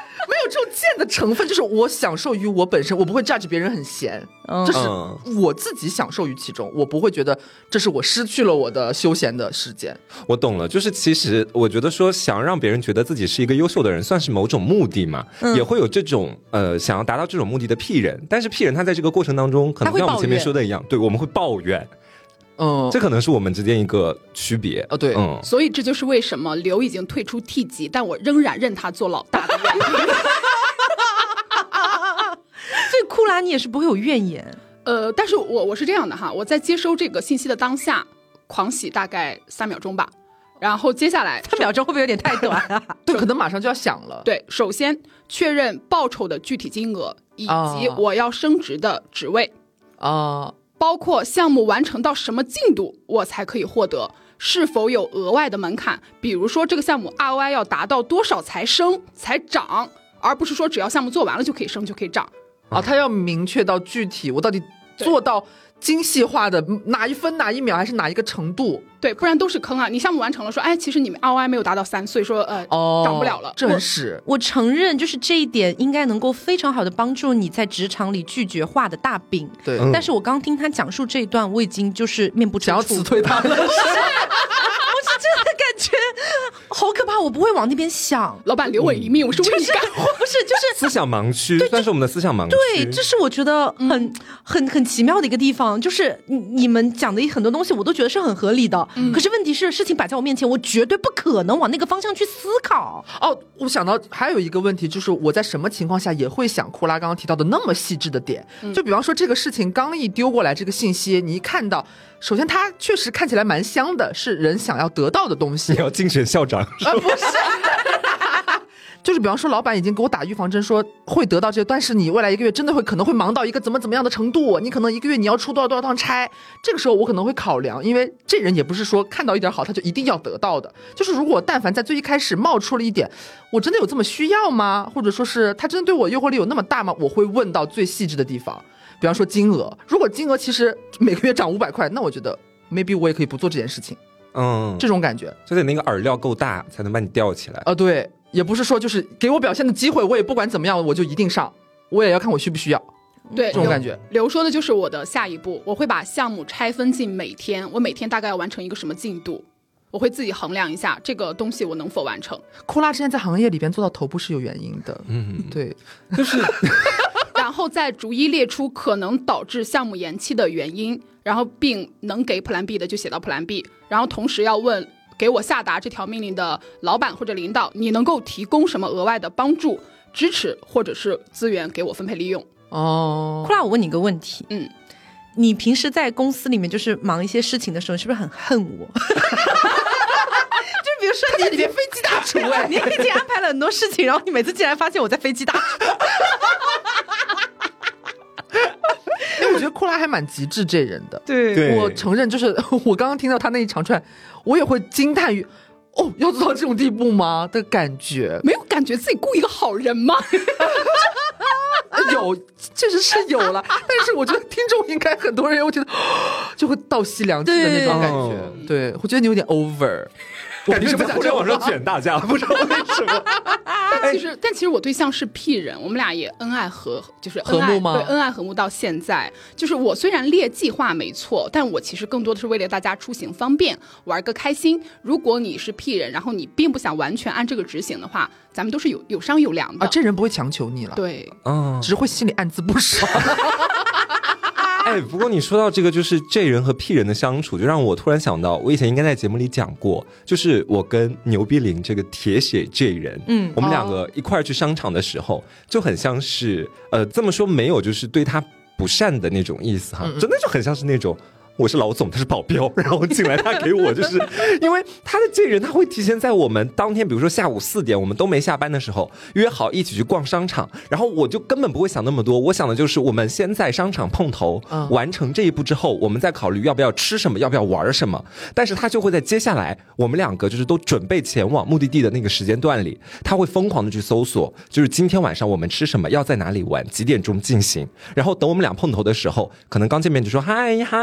有这种贱的成分，就是我享受于我本身，我不会 judge 别人很闲，嗯、这是我自己享受于其中，我不会觉得这是我失去了我的休闲的时间。 我懂了，就是其实我觉得说想让别人觉得自己是一个优秀的人，算是某种目的嘛，嗯、也会有这种呃想要达到这种目的的屁人，但是屁人他在这个过程当中，可能像我们前面说的一样，对，我们会抱怨。嗯，这可能是我们之间一个区别啊，对， 嗯，所以这就是为什么刘已经退出 T 级，但我仍然认他做老大的原因。所以库拉你也是不会有怨言， 呃，但是我我是这样的哈，我在接收这个信息的当下，狂喜大概三秒钟吧，然后接下来三秒钟会不会有点太短啊？ 对，可能马上就要响了。 对，首先确认报酬的具体金额以及我要升职的职位啊。哦包括项目完成到什么进度我才可以获得，是否有额外的门槛，比如说这个项目 R O I 要达到多少才升才涨，而不是说只要项目做完了就可以升就可以涨啊，他要明确到具体我到底做到精细化的哪一分哪一秒还是哪一个程度， 对，不然都是坑啊。你项目完成了说哎其实你们 R O I 没有达到三，所以说呃、哦、涨不了了， 真是我, 我承认就是这一点应该能够非常好的帮助你在职场里拒绝画的大饼， 对， 但是我刚听他讲述这一段我已经就是面不想要辞退他了。 真的感觉好可怕，我不会往那边想。 老板留我一命，我是为你干活， 不是就是思想盲区，算是我们的思想盲区。 对，这是我觉得很、嗯、很很奇妙的一个地方，就是你们讲的很多东西我都觉得是很合理的、嗯、可是问题是事情摆在我面前，我绝对不可能往那个方向去思考。 哦，我想到还有一个问题，就是我在什么情况下也会想库拉刚刚提到的那么细致的点、嗯、就比方说这个事情刚一丢过来，这个信息你一看到，首先它确实看起来蛮香的，是人想要得到的东西。 你要竞选校长啊？不是就是比方说老板已经给我打预防针说会得到这个，但是你未来一个月真的会可能会忙到一个怎么怎么样的程度，你可能一个月你要出多少多少趟差，这个时候我可能会考量，因为这人也不是说看到一点好他就一定要得到的，就是如果但凡在最一开始冒出了一点我真的有这么需要吗，或者说是他真的对我诱惑力有那么大吗，我会问到最细致的地方。比方说金额，如果金额其实每个月涨五百块，那我觉得 maybe 我也可以不做这件事情。嗯，这种感觉就得那个饵料够大才能把你吊起来啊、 呃。对，也不是说就是给我表现的机会，我也不管怎么样我就一定上，我也要看我需不需要。 对， 这种感觉。 刘说的就是我的下一步，我会把项目拆分进每天，我每天大概要完成一个什么进度，我会自己衡量一下这个东西我能否完成。 库拉之前在行业里边做到头部是有原因的，嗯，对， 就是然后再逐一列出可能导致项目延期的原因，然后并能给 Plan B 的就写到 Plan B， 然后同时要问给我下达这条命令的老板或者领导，你能够提供什么额外的帮助、支持或者是资源给我分配利用。 哦， 库拉，我问你个问题， 嗯， 你平时在公司里面就是忙一些事情的时候，你是不是很恨我？就比如说你里面飞机大厨哎， 你已经安排了很多事情，然后你每次竟然发现我在飞机大厨。 因为我觉得库拉还蛮极致这人的， 对， 我承认，就是我刚刚听到他那一长串，我也会惊叹于，哦，要做到这种地步吗的感觉。 没有感觉自己雇一个好人吗？ 有，确实是有了，但是我觉得听众应该很多人，我觉得就会倒吸凉气的那种感觉。对，我觉得你有点 over。 我凭什么在互联网上卷大家？不知道为什么。 但其实，但其实我对象是 P 人，我们俩也恩爱和就是和睦吗？ 对，恩爱和睦到现在。就是我虽然列计划没错，但我其实更多的是为了大家出行方便，玩个开心。如果你是 P 人，然后你并不想完全按这个执行的话，咱们都是有有商有量的啊。这人不会强求你了， 对， 嗯，只是会心里暗自不爽。 哎，不过你说到这个，就是 J 人和 P 人的相处，就让我突然想到，我以前应该在节目里讲过，就是我跟牛逼林这个铁血 J 人，嗯，我们两个一块儿去商场的时候，就很像是，呃，这么说没有就是对他不善的那种意思哈，嗯嗯真的就很像是那种。我是老总，他是保镖，然后进来他给我，就是因为他的这人他会提前在我们当天比如说下午四点我们都没下班的时候约好一起去逛商场，然后我就根本不会想那么多，我想的就是我们先在商场碰头、嗯、完成这一步之后我们再考虑要不要吃什么要不要玩什么，但是他就会在接下来我们两个就是都准备前往目的地的那个时间段里，他会疯狂的去搜索，就是今天晚上我们吃什么，要在哪里玩，几点钟进行，然后等我们俩碰头的时候可能刚见面就说嗨嗨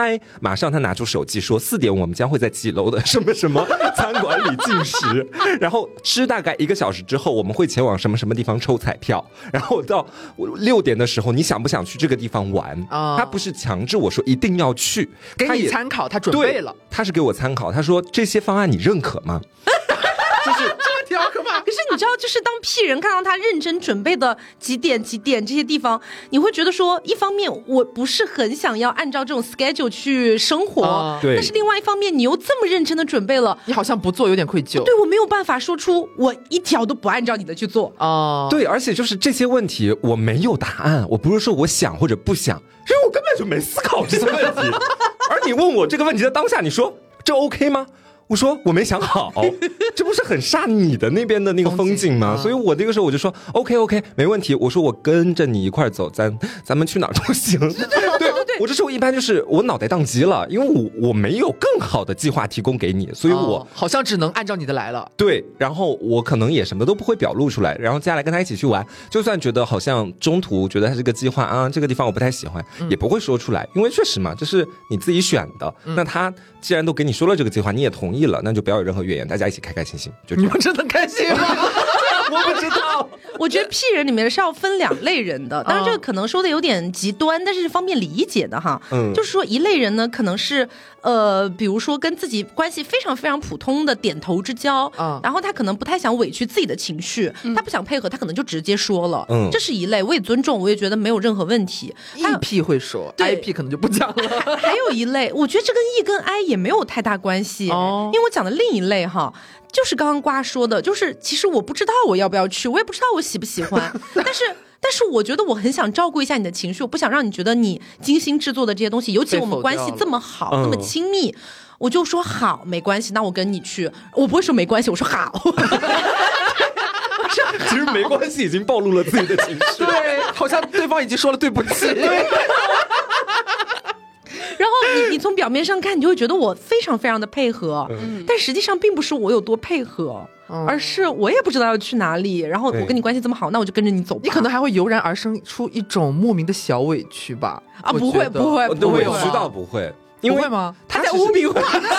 马上他拿出手机说四点我们将会在几楼的什么什么餐馆里进食，然后吃大概一个小时之后我们会前往什么什么地方抽彩票，然后到六点的时候你想不想去这个地方玩、哦、他不是强制我说一定要去， 给你参考，他准备了， 他是给我参考，他说这些方案你认可吗？ 就是这问题好可怕。 可是你知道，就是当屁人看到他认真准备的几点几点这些地方，你会觉得说，一方面我不是很想要按照这种 schedule 去生活、啊、但是另外一方面你又这么认真的准备了， 你好像不做有点愧疚。 对，我没有办法说出我一条都不按照你的去做哦。对，而且就是这些问题我没有答案，我不是说我想或者不想，因为我根本就没思考这些问题。而你问我这个问题的当下，你说这 OK 吗？我说我没想好，这不是很煞你的那边的那个风景吗？所以我那个时候我就说 OK OK 没问题，我说我跟着你一块走，咱咱们去哪儿都行。对，我这时候一般就是我脑袋宕机了，因为我我没有更好的计划提供给你，所以我、 哦、好像只能按照你的来了。 对，然后我可能也什么都不会表露出来，然后接下来跟他一起去玩，就算觉得好像中途觉得他这个计划啊这个地方我不太喜欢、嗯、也不会说出来，因为确实嘛这是你自己选的、嗯、那他既然都给你说了这个计划你也同意了，那就不要有任何怨言，大家一起开开心心。就你们真的开心吗？我不知道。 我觉得屁人里面是要分两类人的，当然这个可能说的有点极端，但是方便理解的哈。嗯，就是说一类人呢，可能是呃，比如说跟自己关系非常非常普通的点头之交，嗯，然后他可能不太想委屈自己的情绪，嗯、他不想配合，他可能就直接说了，嗯，这是一类，我也尊重，我也觉得没有任何问题。 E P 会说 ，I P 可能就不讲了。 还有一类，我觉得这跟 E 跟 I 也没有太大关系，哦，因为我讲的另一类哈。就是刚刚瓜说的，就是其实我不知道我要不要去，我也不知道我喜不喜欢，但是但是我觉得我很想照顾一下你的情绪，我不想让你觉得你精心制作的这些东西，尤其我们关系这么好那么亲密，我就说好没关系，那我跟你去，我不会说没关系，我说好。 其实没关系已经暴露了自己的情绪。 对，好像对方已经说了对不起。 然后你你从表面上看，你就会觉得我非常非常的配合，嗯、但实际上并不是我有多配合，嗯、而是我也不知道要去哪里。然后我跟你关系这么好，那我就跟着你走吧。 你可能还会油然而生出一种莫名的小委屈吧？ 啊，不会不会不会， 委屈倒不会， 因为不会吗？ 他在污名化。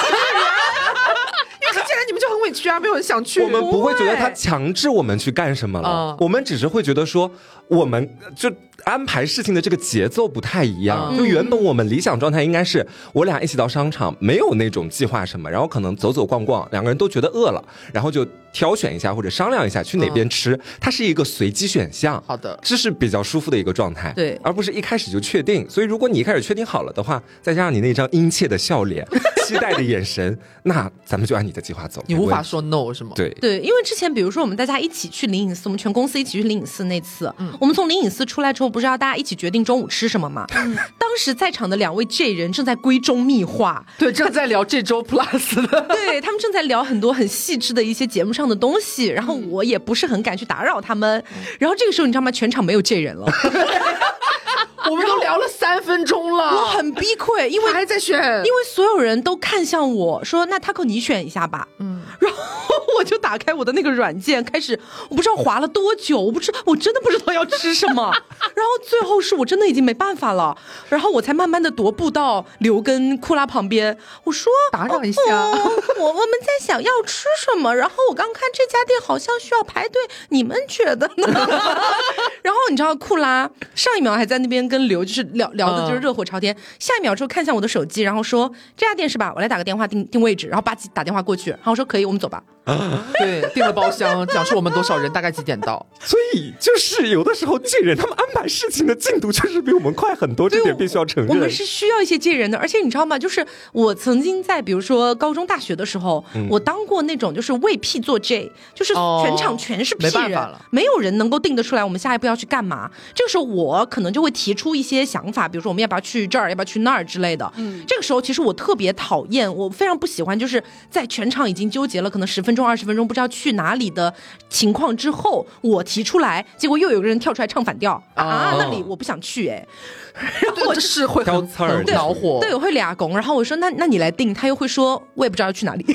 因为既然你们就很委屈啊，没有人想去。 我们不会觉得他强制我们去干什么了，嗯、我们只是会觉得说，我们就安排事情的这个节奏不太一样。嗯、就原本我们理想状态应该是我俩一起到商场，没有那种计划什么，然后可能走走逛逛，两个人都觉得饿了，然后就挑选一下或者商量一下去哪边吃，嗯、它是一个随机选项。 好的， 这是比较舒服的一个状态， 对， 而不是一开始就确定。所以如果你一开始确定好了的话，再加上你那张殷切的笑脸、期待的眼神，那咱们就按你的计划走。 你无法说 no 是吗？ 对对，因为之前比如说我们大家一起去灵隐寺，我们全公司一起去灵隐寺那次，嗯、我们从灵隐寺出来之后，不是要大家一起决定中午吃什么吗？嗯、当时在场的两位 J 人正在闺中密话， 对，正在聊这周 Plus 的， 对他们正在聊很多很细致的一些节目上的东西，然后我也不是很敢去打扰他们，嗯、然后这个时候你知道吗？全场没有 J 人了。 我们都聊了三分钟了， 我很逼溃，因为还在选， 因为所有人都看向我说：“那 Taco 你选一下吧。”嗯，然后我就打开我的那个软件，开始我不知道滑了多久，我不知我真的不知道要吃什么，然后最后是我真的已经没办法了，然后我才慢慢的踱步到刘跟库拉旁边，我说：“ 打扰一下， 哦、我我们在想要吃什么，然后我刚看这家店好像需要排队，你们觉得呢？”然后你知道库拉上一秒还在那边跟刘就是聊聊的就是热火朝天，嗯、下一秒之后看向我的手机，然后说这家店是吧？我来打个电话定定位置，然后吧唧打电话过去，然后我说可以，我们走吧。 啊、对，订了包厢，讲述我们多少人，大概几点到。 所以就是有的时候贱人他们安排事情的进度确实比我们快很多，这点必须要承认。 我们是需要一些贱人的，而且你知道吗？就是我曾经在比如说高中大学的时候，嗯、我当过那种就是为屁做 J， 就是全场全是屁人，哦、没办法了，没有人能够定得出来我们下一步要去干嘛。这个时候我可能就会提出一些想法，比如说我们要不要去这儿，要不要去那儿之类的。嗯，这个时候其实我特别讨厌，我非常不喜欢，就是在全场已经纠结了可能十分钟、二十分钟不知道去哪里的情况之后，我提出来，结果又有个人跳出来唱反调、哦、啊，那里我不想去哎、 欸，然后我是会很很恼火， 对，我会俩拱，然后我说那那你来定，他又会说我也不知道要去哪里。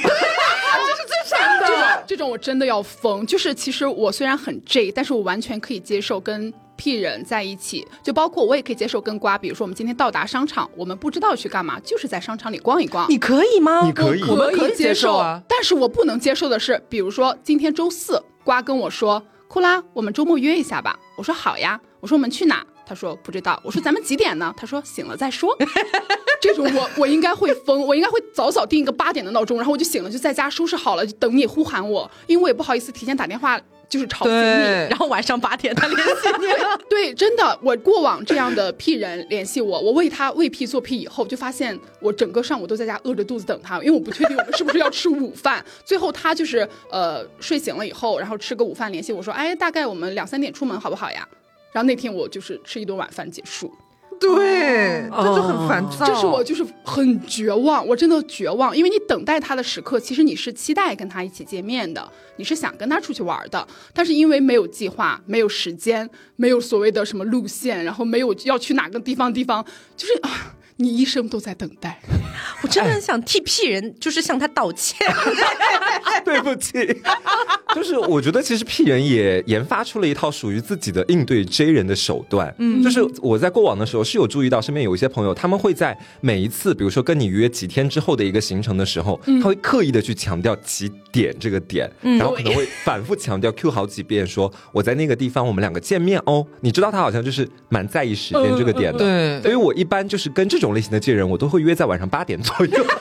这种这种我真的要疯，就是其实我虽然很 J， 但是我完全可以接受跟 P 人在一起，就包括我也可以接受跟瓜，比如说我们今天到达商场，我们不知道去干嘛，就是在商场里逛一逛。 你可以吗？ 你可以， 我们可以接受啊。 但是我不能接受的是，比如说今天周四，瓜跟我说，库拉，我们周末约一下吧。我说好呀。我说我们去哪？他说不知道。我说咱们几点呢？他说醒了再说。这种我我应该会疯，我应该会早早定一个八点的闹钟，然后我就醒了，就在家收拾好了，就等你呼喊我，因为我也不好意思提前打电话。就是吵醒你， 然后晚上八点他联系你了。 对，真的，我过往这样的 P 人联系我，我为他喂屁做屁以后，就发现我整个上午都在家饿着肚子等他，因为我不确定我们是不是要吃午饭。最后他就是呃睡醒了以后，然后吃个午饭联系我说，哎，大概我们两三点出门好不好呀？然后那天我就是吃一顿晚饭结束。 对，这就很烦躁。 这是我就是很绝望，我真的绝望，因为你等待他的时刻，其实你是期待跟他一起见面的，你是想跟他出去玩的，但是因为没有计划，没有时间，没有所谓的什么路线，然后没有要去哪个地方地方，就是啊，你一生都在等待。 我真的很想替 P 人，就是向他道歉。 对不起，就是我觉得其实 P 人也研发出了一套属于自己的应对 J 人的手段。嗯，就是我在过往的时候是有注意到身边有一些朋友，他们会在每一次比如说跟你约几天之后的一个行程的时候，嗯、他会刻意的去强调几点这个点，嗯、然后可能会反复强调 Q 好几遍说我在那个地方我们两个见面哦。你知道他好像就是蛮在意时间这个点的。 嗯嗯、 对，所以我一般就是跟这种类型的 J 人，我都会约在晚上八点左右。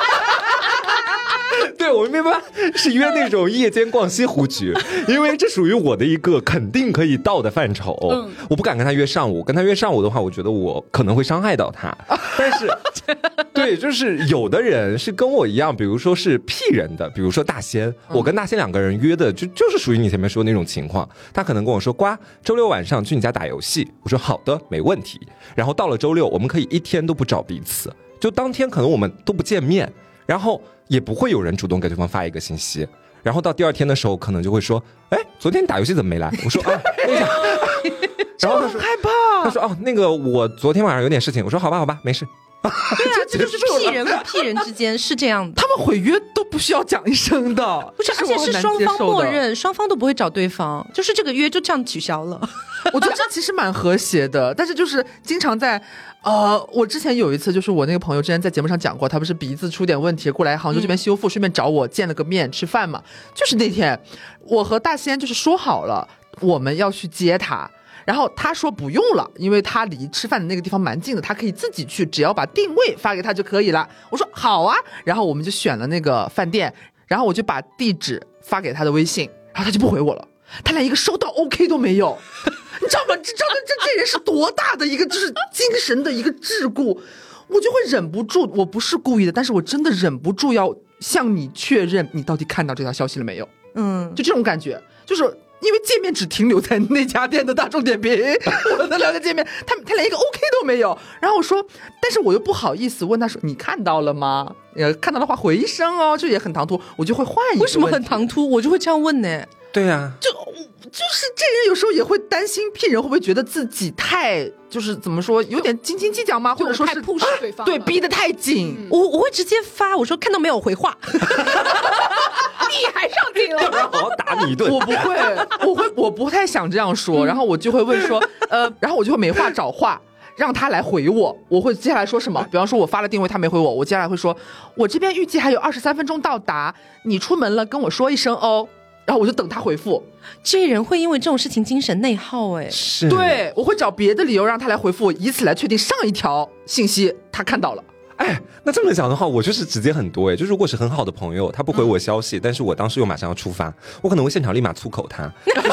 对，我们一般是约那种夜间逛西湖局，因为这属于我的一个肯定可以到的范畴。嗯、我不敢跟他约上午，跟他约上午的话，我觉得我可能会伤害到他。但是，对，就是有的人是跟我一样，比如说是 P 人的，比如说大仙，嗯、我跟大仙两个人约的就就是属于你前面说的那种情况。他可能跟我说，瓜，周六晚上去你家打游戏，我说好的，没问题。然后到了周六，我们可以一天都不找彼此，就当天可能我们都不见面，然后也不会有人主动给对方发一个信息，然后到第二天的时候可能就会说，哎，昨天打游戏怎么没来？我说啊，那个然后他说害怕， 他说哦，那个我昨天晚上有点事情。我说好吧好吧，没事。 对啊，这就是 P 人和 P 人之间是这样的， 他们毁约都不需要讲一声的， 不是，而且是双方默认，双方都不会找对方，就是这个约就这样取消了。 我觉得这其实蛮和谐的，但是就是经常在呃，我之前有一次就是我那个朋友之前在节目上讲过，他不是鼻子出点问题过来杭州这边修复，嗯、顺便找我见了个面吃饭嘛。就是那天我和大仙就是说好了我们要去接他。然后他说不用了，因为他离吃饭的那个地方蛮近的，他可以自己去，只要把定位发给他就可以了。我说好啊，然后我们就选了那个饭店，然后我就把地址发给他的微信，然后他就不回我了，他连一个收到 OK 都没有。你知道吗？这知道这这人是多大的一个就是精神的一个桎梏，我就会忍不住，我不是故意的，但是我真的忍不住要向你确认你到底看到这条消息了没有。嗯，就这种感觉，就是因为界面只停留在那家店的大众点评，我的两个界面，他他连一个 OK 都没有。然后我说，但是我又不好意思问他说，你看到了吗？呃，看到的话回一声哦，这也很唐突，我就会换一个。 为什么很唐突？我就会这样问呢。 对啊， 就就是这人有时候也会担心 P 人会不会觉得自己太就是怎么说有点斤斤计较吗？或者说是太 push 对方， 对，逼得太紧。 嗯、我我会直接发，我说看到没有回话。 你还上镜了， 然后好好打你一顿。 我不会，我会，我不太想这样说，然后我就会问说，呃，然后我就会没话找话。让他来回我，我会接下来说什么？比方说我发了定位他没回我，我接下来会说我这边预计还有二十三分钟到达，你出门了跟我说一声哦，然后我就等他回复。 这人会因为这种事情精神内耗。哎， 是， 对，我会找别的理由让他来回复我，以此来确定上一条信息他看到了。 哎，那这么讲的话，我就是直接很多哎，就如果是很好的朋友，他不回我消息，嗯、但是我当时又马上要出发，我可能会现场立马粗口他。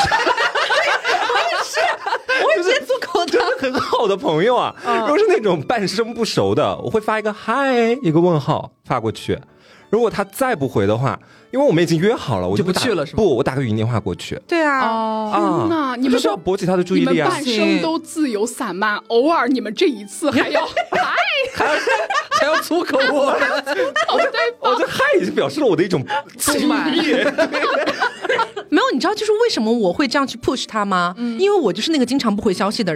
真的很好的朋友啊，如果是那种半生不熟的，我会发一个嗨一个问号发过去。如果他再不回的话，因为我们已经约好了，我就不去了是吗？ 不，我打个语音电话过去。 对啊， 哦，天哪，你们就是要博取他的注意力啊！ 你们半生都自由散漫，偶尔你们这一次还要嗨， 还要还要粗口我， 粗口对方， 我这嗨已经表示了我的一种不满意。 没有，你知道就是为什么我会这样去 push 他吗？嗯、因为我就是那个经常不回消息的人。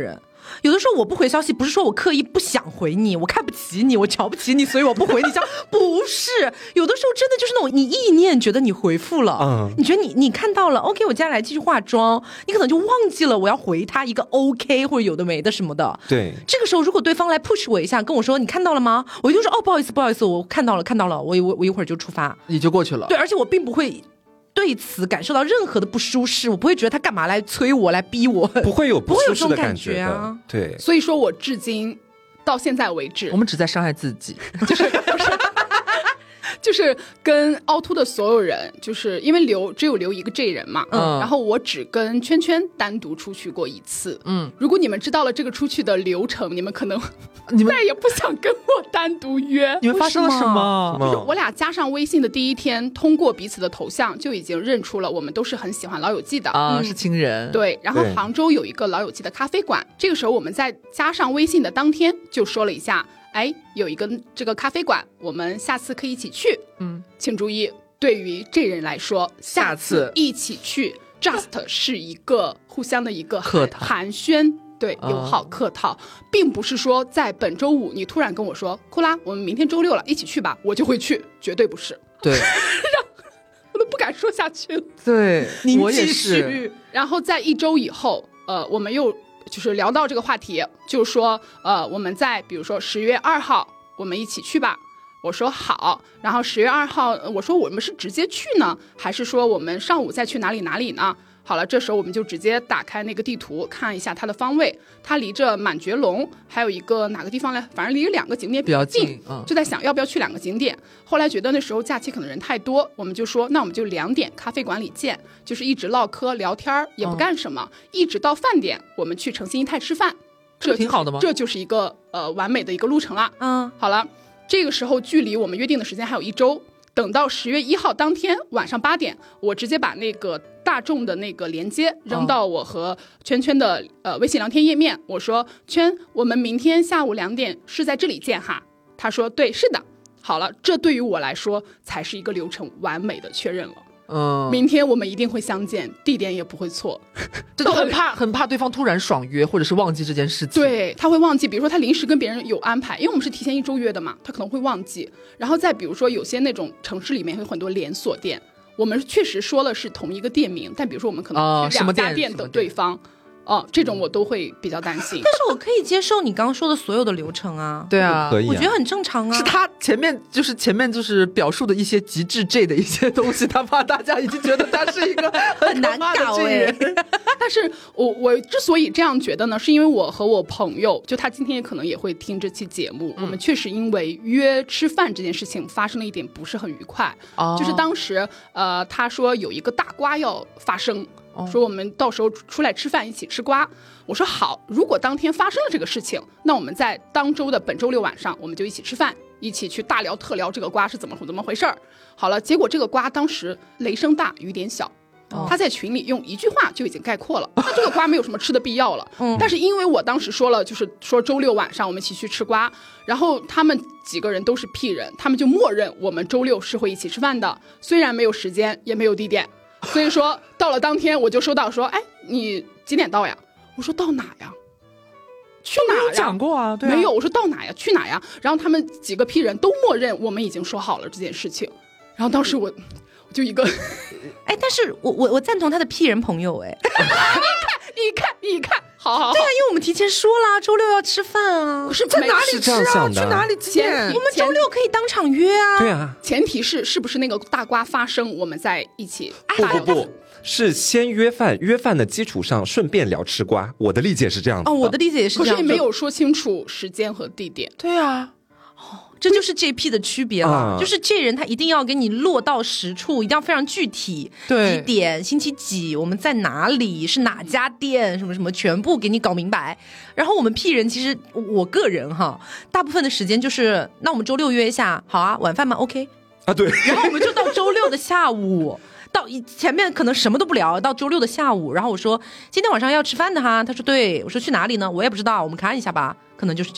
有的时候我不回消息，不是说我刻意不想回你，我看不起你，我瞧不起你，所以我不回你消不是，有的时候真的就是那种你意念觉得你回复了，嗯，你觉得你你看到了 OK 我接下来继续化妆，你可能就忘记了我要回他一个 OK 或者有的没的什么的。 对， 这个时候如果对方来 push 我一下跟我说你看到了吗，我就说哦不好意思不好意思我看到了看到了，我我我一会儿就出发， 你就过去了。 对，而且我并不会对此感受到任何的不舒适，我不会觉得他干嘛来催我来逼我， 不会有不舒适的感觉啊。 对， 所以说我至今到现在为止， 我们只在伤害自己， 就是不是。就是跟凹凸的所有人，就是因为留只有留一个 J 人嘛，嗯，然后我只跟圈圈单独出去过一次，嗯，如果你们知道了这个出去的流程，你们可能你们再也不想跟我单独约。 你们发生了什么？ 就是我俩加上微信的第一天，通过彼此的头像就已经认出了我们都是很喜欢老友记的啊、 嗯， 是亲人。 对，然后杭州有一个老友记的咖啡馆，这个时候我们在加上微信的当天就说了一下。哎，有一个这个咖啡馆，我们下次可以一起去。嗯，请注意，对于这人来说，下次一起去 ，just 是一个互相的一个客套寒暄，对，友好客套，嗯，并不是说在本周五你突然跟我说，库拉，我们明天周六了，一起去吧，我就会去，绝对不是。 对， 我都不敢说下去了。 对， 我也是。 然后在一周以后，呃，我们又。就是聊到这个话题，就是说，呃，我们在比如说十月二号，我们一起去吧。我说好，然后十月二号，我说我们是直接去呢，还是说我们上午再去哪里哪里呢？好了，这时候我们就直接打开那个地图看一下它的方位，它离着满觉龙还有一个哪个地方呢？反正离着两个景点比较近， 比较近嗯， 就在想要不要去两个景点。后来觉得那时候假期可能人太多，我们就说那我们就两点咖啡馆里见，就是一直唠嗑聊天也不干什么，嗯，一直到饭点我们去诚信一泰吃饭， 这挺好的吗？ 这就是一个呃完美的一个路程了。 嗯， 好了，这个时候距离我们约定的时间还有一周。等到十月一号当天晚上八点，我直接把那个大众的那个连接扔到我和圈圈的呃微信聊天页面，我说圈，我们明天下午两点是在这里见哈。他说对，是的。好了，这对于我来说才是一个流程完美的确认了。嗯，明天我们一定会相见，地点也不会错。 这都很怕，很怕对方突然爽约，或者是忘记这件事情。 对，他会忘记，比如说他临时跟别人有安排，因为我们是提前一周约的嘛，他可能会忘记。然后再比如说有些那种城市里面有很多连锁店，我们确实说了是同一个店名，但比如说我们可能是两家店的对方。哦，这种我都会比较担心， 但是我可以接受你刚刚说的所有的流程啊。 对啊， 可以啊， 我觉得很正常啊。 是他前面就是前面就是表述的一些极致 J 的一些东西，他怕大家已经觉得他是一个很难搞哎。 但是我我之所以这样觉得呢，是因为我和我朋友，就他今天也可能也会听这期节目，嗯、我们确实因为约吃饭这件事情发生了一点不是很愉快。哦，就是当时呃他说有一个大瓜要发生。说我们到时候出来吃饭一起吃瓜，我说好，如果当天发生了这个事情，那我们在当周的本周六晚上我们就一起吃饭，一起去大聊特聊这个瓜是怎么怎么回事儿。好了，结果这个瓜当时雷声大雨点小，哦，他在群里用一句话就已经概括了，那这个瓜没有什么吃的必要了。嗯，但是因为我当时说了，就是说周六晚上我们一起去吃瓜，然后他们几个人都是 P 人，他们就默认我们周六是会一起吃饭的，虽然没有时间也没有地点。所以说到了当天我就收到说，哎，你几点到呀？我说到哪呀？去哪呀？ 没有讲过啊，对啊， 没有。我说到哪呀？去哪呀？然后他们几个 P 人都默认我们已经说好了这件事情。然后当时我我就一个， 哎，但是我我我赞同他的 P 人朋友，哎， 你看你看你看，好好好， 对啊，因为我们提前说了周六要吃饭啊， 可是在哪里吃啊？去哪里见？ 我们周六可以当场约啊。 对啊， 前提是是不是那个大瓜发生，我们在一起。 不不不，是先约饭，约饭的基础上顺便聊吃瓜。我的理解是这样的。 哦，我的理解也是这样。 可是没有说清楚时间和地点。 对啊。 这就是 J P 的区别了，嗯、就是 J 人他一定要给你落到实处，一定要非常具体， 对， 几点、星期几，我们在哪里，是哪家店，什么什么，全部给你搞明白。然后我们 P 人其实我个人哈，大部分的时间就是，那我们周六约一下，好啊，晚饭吗 ？OK 啊，对， 然后我们就到周六的下午。到前面可能什么都不聊，到周六的下午，然后我说今天晚上要吃饭的哈，他说对，我说去哪里呢？我也不知道，我们看一下吧，可能就是这样。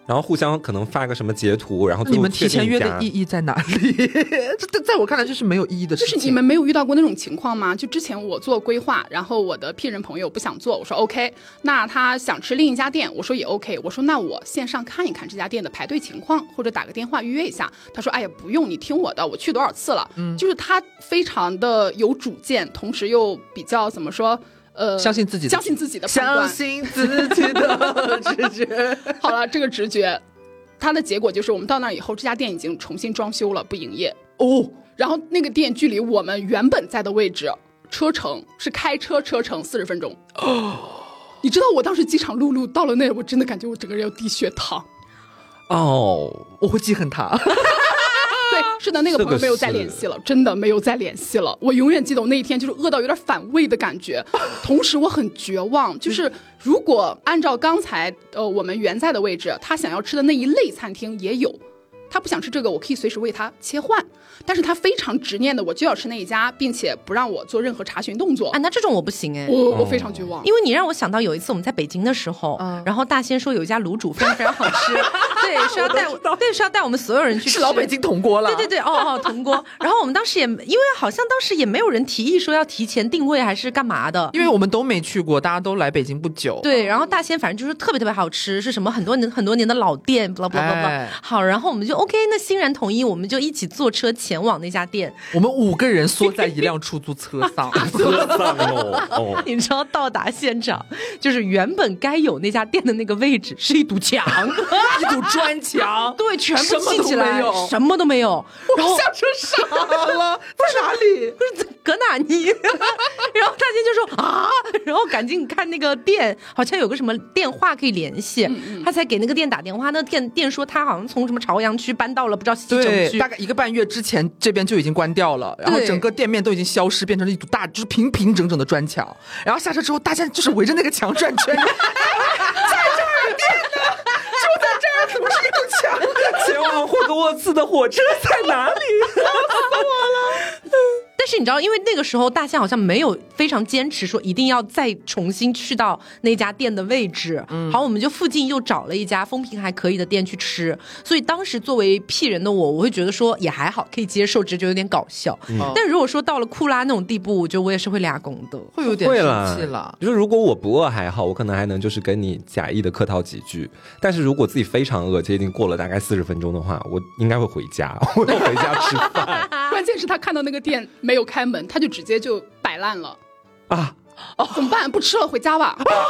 然后互相可能发个什么截图，然后你们提前约的意义在哪里？这在我看来这是没有意义的事情。 就是你们没有遇到过那种情况吗？就之前我做规划，然后我的 P 人朋友不想做，我说 OK， 那他想吃另一家店，我说也 OK， 我说那我线上看一看这家店的排队情况，或者打个电话预约一下。他说哎呀不用，你听我的，我去多少次了。嗯，就是他非常的有主见，同时又比较怎么说？呃， 相信自己的， 相信自己的判断， 相信自己的直觉。 好了，这个直觉，它的结果就是我们到那以后，这家店已经重新装修了，不营业哦。 然后那个店距离我们原本在的位置，车程是开车车程四十分钟。哦，你知道我当时机场陆路到了那，我真的感觉我整个人要低血糖。 哦，我会记恨他。 对，是的，那个朋友没有再联系了，真的没有再联系了。我永远记得我那一天就是饿到有点反胃的感觉，同时我很绝望。就是如果按照刚才呃我们原在的位置，他想要吃的那一类餐厅也有，他不想吃这个，我可以随时为他切换。但是他非常执念的，我就要吃那一家，并且不让我做任何查询动作。 啊，那这种我不行哎， 我我非常绝望。 因为你让我想到有一次我们在北京的时候，嗯、然后大仙说有一家卤煮非常非常好吃，对，说要带我，对，说要带我们所有人去吃。 是老北京铜锅了。 对对对，哦哦，铜锅。然后我们当时也因为好像当时也没有人提议说要提前定位还是干嘛的， 因为我们都没去过，大家都来北京不久。 对，然后大仙反正就是特别特别好吃，是什么很多年很多年的老店，blah blah blah blah。好，然后我们就 OK， 那欣然同意，我们就一起坐车前往那家店。 我们五个人缩在一辆出租车上， 车上哦。 你知道到达现场，就是原本该有那家店的那个位置是一堵墙， 一堵砖墙， 对，全部砌起来，什么都没有。 然后下车傻了，在哪里？ 搁哪里？然后大仙就说啊，然后赶紧看那个店，好像有个什么电话可以联系，嗯嗯他才给那个店打电话。那店店说他好像从什么朝阳区搬到了不知道西城区， 大概一个半月之前这边就已经关掉了，然后整个店面都已经消失，变成了一堵大就是平平整整的砖墙。然后下车之后，大家就是围着那个墙转圈，在这儿店呢，就在这儿，怎么是一堵墙？ 前往霍格沃茨的火车在哪里？ 笑死我了。 但是你知道，因为那个时候大仙好像没有非常坚持说一定要再重新去到那家店的位置，嗯、好，我们就附近又找了一家风评还可以的店去吃。所以当时作为屁人的我，我会觉得说也还好，可以接受，只觉得有点搞笑。嗯、但如果说到了库拉那种地步，我觉得我也是会俩拱的， 会有点生气了。 就是如果我不饿还好，我可能还能就是跟你假意的客套几句。但是如果自己非常饿，接近过了大概四十分钟的话，我应该会回家，我要回家吃饭。 关键是他看到那个店没有开门，他就直接就摆烂了啊！ 哦，怎么办？不吃了，回家吧！啊 ！Oh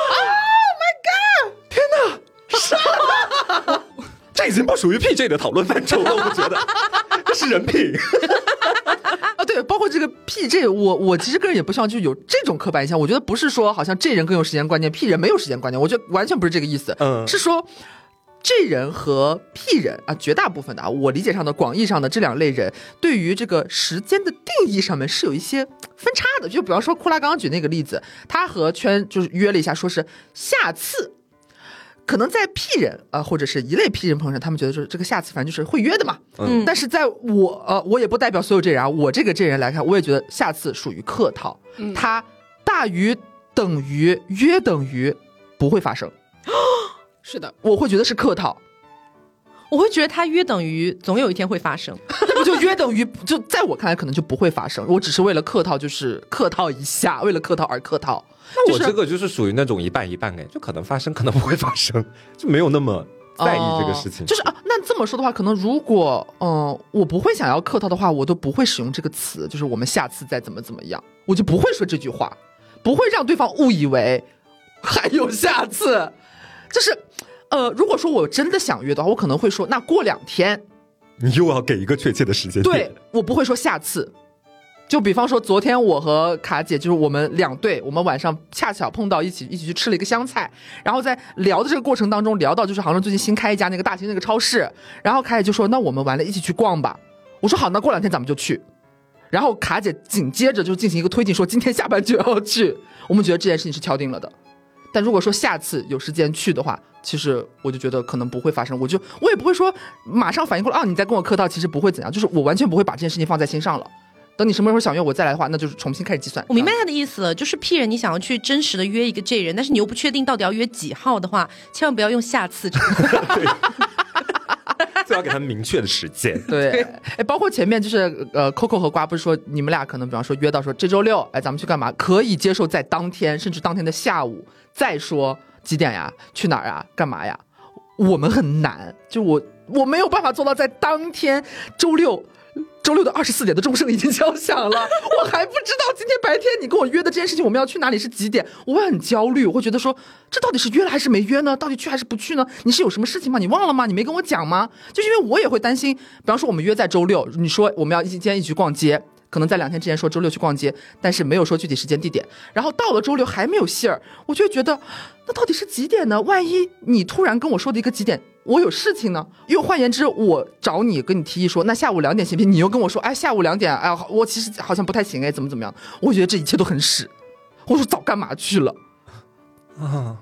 my god！ 天哪，是这已经不属于 P J 的讨论范畴了，我觉得这是人品。 啊，对，包括这个 P J， 我我其实个人也不希望就有这种刻板印象。我觉得不是说好像这人更有时间观念 ，P 人没有时间观念，我觉得完全不是这个意思。嗯，是说。这人和 P 人啊，绝大部分的啊，我理解上的广义上的这两类人，对于这个时间的定义上面是有一些分叉的。就比方说库拉刚刚举那个例子，他和圈就是约了一下，说是下次，可能在 P 人啊、呃、或者是一类 P 人朋友上，他们觉得说这个下次反正就是会约的嘛。嗯，但是在我呃我也不代表所有这人啊，我这个这人来看，我也觉得下次属于客套，嗯、它大于等于约等于不会发生。 是的， 我会觉得是客套， 我会觉得它约等于总有一天会发生， 不就约等于就在我看来可能就不会发生，我只是为了客套，就是客套一下，为了客套而客套。 那我这个就是属于那种一半一半哎，就可能发生，可能不会发生，就没有那么在意这个事情。 哦、就是啊，那这么说的话，可能如果嗯、呃、我不会想要客套的话，我都不会使用这个词，就是我们下次再怎么怎么样，我就不会说这句话，不会让对方误以为还有下次。就是，呃，如果说我真的想约的话，我可能会说，那过两天， 你又要给一个确切的时间点。 对，我不会说下次。就比方说，昨天我和卡姐，就是我们两对，我们晚上恰巧碰到一起，一起去吃了一个湘菜，然后在聊的这个过程当中，聊到就是杭州最近新开一家那个大型那个超市，然后卡姐就说，那我们完了一起去逛吧。我说好，那过两天咱们就去。然后卡姐紧接着就进行一个推进，说今天下班就要去。我们觉得这件事情是敲定了的。但如果说下次有时间去的话，其实我就觉得可能不会发生，我就我也不会说马上反应过来啊，你在跟我客套，其实不会怎样，就是我完全不会把这件事情放在心上了。 等你什么时候想约我再来的话，那就是重新开始计算。 我明白他的意思了，就是 P 人你想要去真实的约一个 J 人，但是你又不确定到底要约几号的话，千万不要用下次这个最好给他们明确的时间。 对，哎，包括前面就是呃 Coco 和瓜不是说你们俩可能比方说约到说这周六，哎，咱们去干嘛？可以接受在当天甚至当天的下午再说几点呀？去哪儿呀？干嘛呀？我们很难，就我我没有办法做到在当天周六。周六的二十四点的钟声已经敲响了，我还不知道今天白天你跟我约的这件事情我们要去哪里是几点，我会很焦虑，我会觉得说这到底是约了还是没约呢？到底去还是不去呢？你是有什么事情吗？你忘了吗？你没跟我讲吗？就是因为我也会担心，比方说我们约在周六，你说我们要一今天一起去逛街，可能在两天之前说周六去逛街，但是没有说具体时间地点，然后到了周六还没有信儿，我就会觉得那到底是几点呢？万一你突然跟我说的一个几点我有事情呢？又换言之，我找你跟你提议说那下午两点行不行？你又跟我说哎下午两点，哎我其实好像不太行，哎怎么怎么样？我觉得这一切都很屎，我说早干嘛去了啊。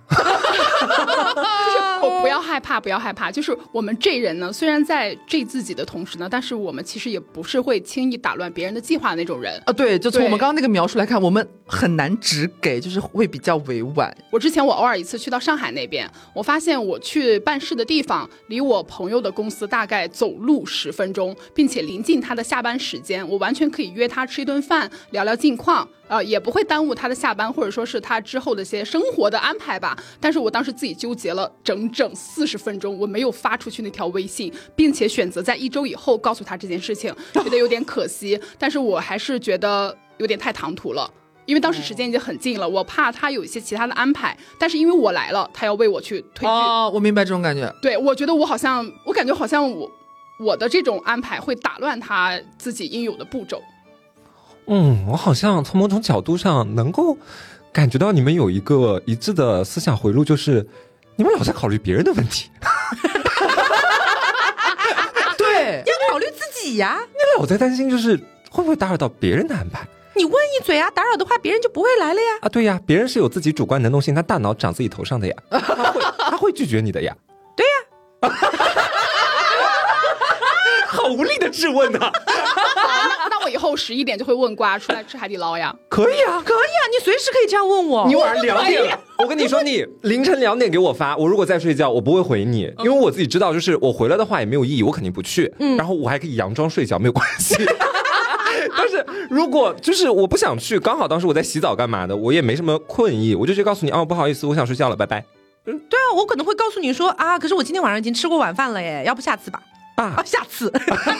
我不要害怕，不要害怕。就是我们这人呢，虽然在这自己的同时呢，但是我们其实也不是会轻易打乱别人的计划的那种人啊。对，就从我们刚刚那个描述来看，我们很难直给，就是会比较委婉。 我之前我偶尔一次去到上海那边，我发现我去办事的地方离我朋友的公司大概走路十分钟，并且临近他的下班时间，我完全可以约他吃一顿饭，聊聊近况。呃，也不会耽误他的下班，或者说是他之后的一些生活的安排吧。但是我当时自己纠结了整整四十分钟，我没有发出去那条微信，并且选择在一周以后告诉他这件事情，觉得有点可惜。但是我还是觉得有点太唐突了，因为当时时间已经很近了，我怕他有一些其他的安排。但是因为我来了，他要为我去推剧。 哦，我明白这种感觉。 对，我觉得我好像，我感觉好像我我的这种安排会打乱他自己应有的步骤。 嗯，我好像从某种角度上能够感觉到你们有一个一致的思想回路，就是你们老在考虑别人的问题。 对， 要考虑自己呀。 你老在担心就是会不会打扰到别人的安排。 你问一嘴啊，打扰的话别人就不会来了呀。 啊，对呀，别人是有自己主观能动性，他大脑长自己头上的呀，他会他会拒绝你的呀。 对呀。 好无力的质问啊。 那那我以后十一点就会问瓜出来吃海底捞呀。 可以啊， 可以啊，你随时可以这样问我。 你晚上两点了，我跟你说，你凌晨两点给我发，我如果在睡觉，我不会回你，因为我自己知道，就是我回来的话也没有意义，我肯定不去。嗯，然后我还可以佯装睡觉，没有关系。但是如果就是我不想去，刚好当时我在洗澡干嘛的，我也没什么困意，我就直接告诉你，哦，不好意思，我想睡觉了，拜拜。 嗯，对啊，我可能会告诉你说啊，可是我今天晚上已经吃过晚饭了耶，要不下次吧。啊，啊下次。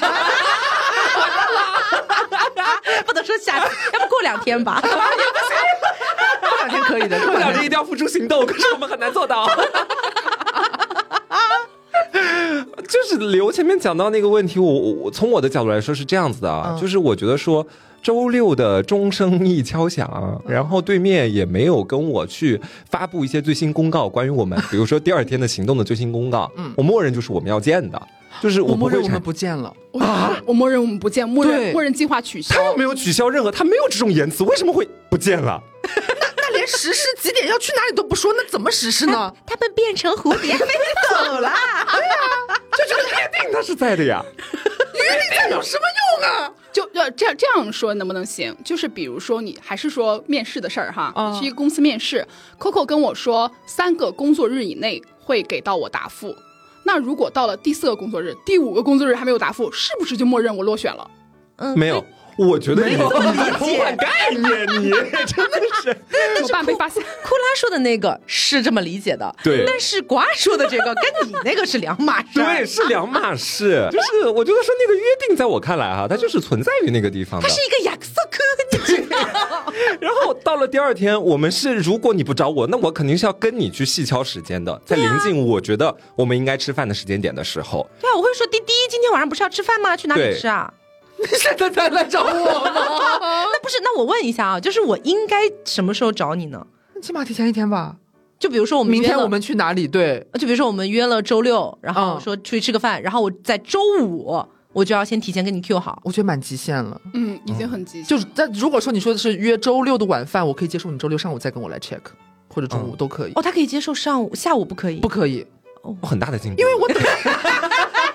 不能说下次，要不过两天吧。 过两天可以的， 过两天一定要付出行动，可是我们很难做到。就是刘前面讲到那个问题，我我从我的角度来说是这样子的啊，嗯、就是我觉得说周六的钟声一敲响，然后对面也没有跟我去发布一些最新公告，关于我们比如说第二天的行动的最新公告，嗯，我默认就是我们要见的。就是我默认我们不见了啊！我默认我们不见，默认默认计划取消。 他又没有取消任何，他没有这种言辞，为什么会不见了？ 那那连实施几点要去哪里都不说，那怎么实施呢？ 他们变成蝴蝶飞走了。 对呀， 就这个约定他是在的呀， 约定在有什么用啊？ 就要这样这样说能不能行？就是比如说你还是说面试的事儿哈， 嗯、 你去一个公司面试 ，Coco 跟我说三个工作日以内会给到我答复。那如果到了第四个工作日、第五个工作日还没有答复，是不是就默认我落选了？ 嗯， 没有，我觉得你你在偷换概念，你真的是。 怎么办？被发现？ 库拉说的那个是这么理解的， 对。 但是瓜说的这个跟你那个是两码事， 对，是两码事。就是我觉得说那个约定，在我看来哈、啊，它就是存在于那个地方的， 它是一个亚克萨克，你知道。 然后到了第二天，我们是如果你不找我，那我肯定是要跟你去细敲时间的，在临近我觉得我们应该吃饭的时间点的时候。 对啊，我会说滴滴，今天晚上不是要吃饭吗？去哪里吃啊？ 你现在才来找我吗？ 那不是，那我问一下啊，就是我应该什么时候找你呢？ 起码提前一天吧。 就比如说我们明天我们去哪里？对， 就比如说我们约了周六，然后说出去吃个饭，嗯、然后我在周五我就要先提前跟你 Q 好。 我觉得蛮极限了， 嗯，已经很极限。 就是但如果说你说的是约周六的晚饭，我可以接受你周六上午再跟我来 check， 或者中午都可以。 哦，他可以接受上午，下午不可以？ 不可以。 哦，很大的进步。 因为我等就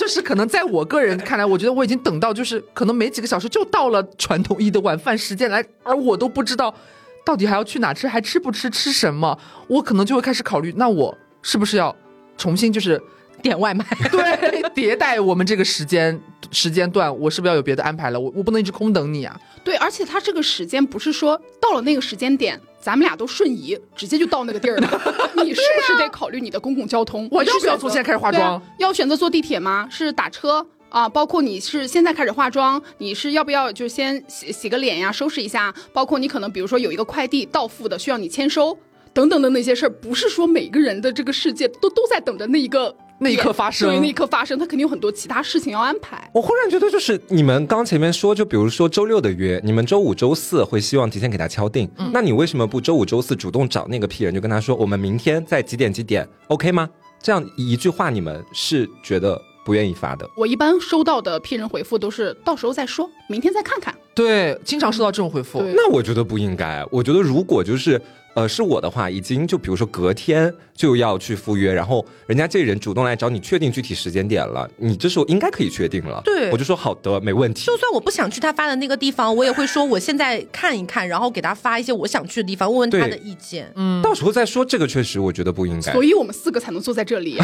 就是可能在我个人看来，我觉得我已经等到就是可能没几个小时就到了传统意义的晚饭时间来，而我都不知道到底还要去哪吃，还吃不吃，吃什么，我可能就会开始考虑，那我是不是要重新就是点外卖？ 对，迭代我们这个时间时间段，我是不是要有别的安排了？我我不能一直空等你啊。 对，而且他这个时间不是说到了那个时间点，咱们俩都瞬移，直接就到那个地儿了。你是不是得考虑你的公共交通？ 我要不要从现在开始化妆？ 啊、要选择坐地铁吗？是打车啊？包括你是现在开始化妆，你是要不要就先洗洗个脸呀，收拾一下？包括你可能比如说有一个快递到付的，需要你签收等等的那些事儿，不是说每个人的这个世界都都在等着那一个。 那一刻发生， 对，那一刻发生，他肯定有很多其他事情要安排。 我忽然觉得，就是你们刚前面说，就比如说周六的约，你们周五、周四会希望提前给他敲定，嗯、那你为什么不周五、周四主动找那个 P 人，就跟他说，我们明天在几点几点 ，OK 吗？这样一句话，你们是觉得不愿意发的？ 我一般收到的 P 人回复都是到时候再说，明天再看看。 对，经常收到这种回复。 那我觉得不应该，我觉得如果就是。呃，是我的话，已经就比如说隔天就要去赴约，然后人家这人主动来找你确定具体时间点了，你这时候应该可以确定了。 对， 我就说好的，没问题。 就算我不想去他发的那个地方，我也会说我现在看一看，然后给他发一些我想去的地方，问问他的意见。 嗯，到时候再说，这个确实我觉得不应该。 所以我们四个才能坐在这里。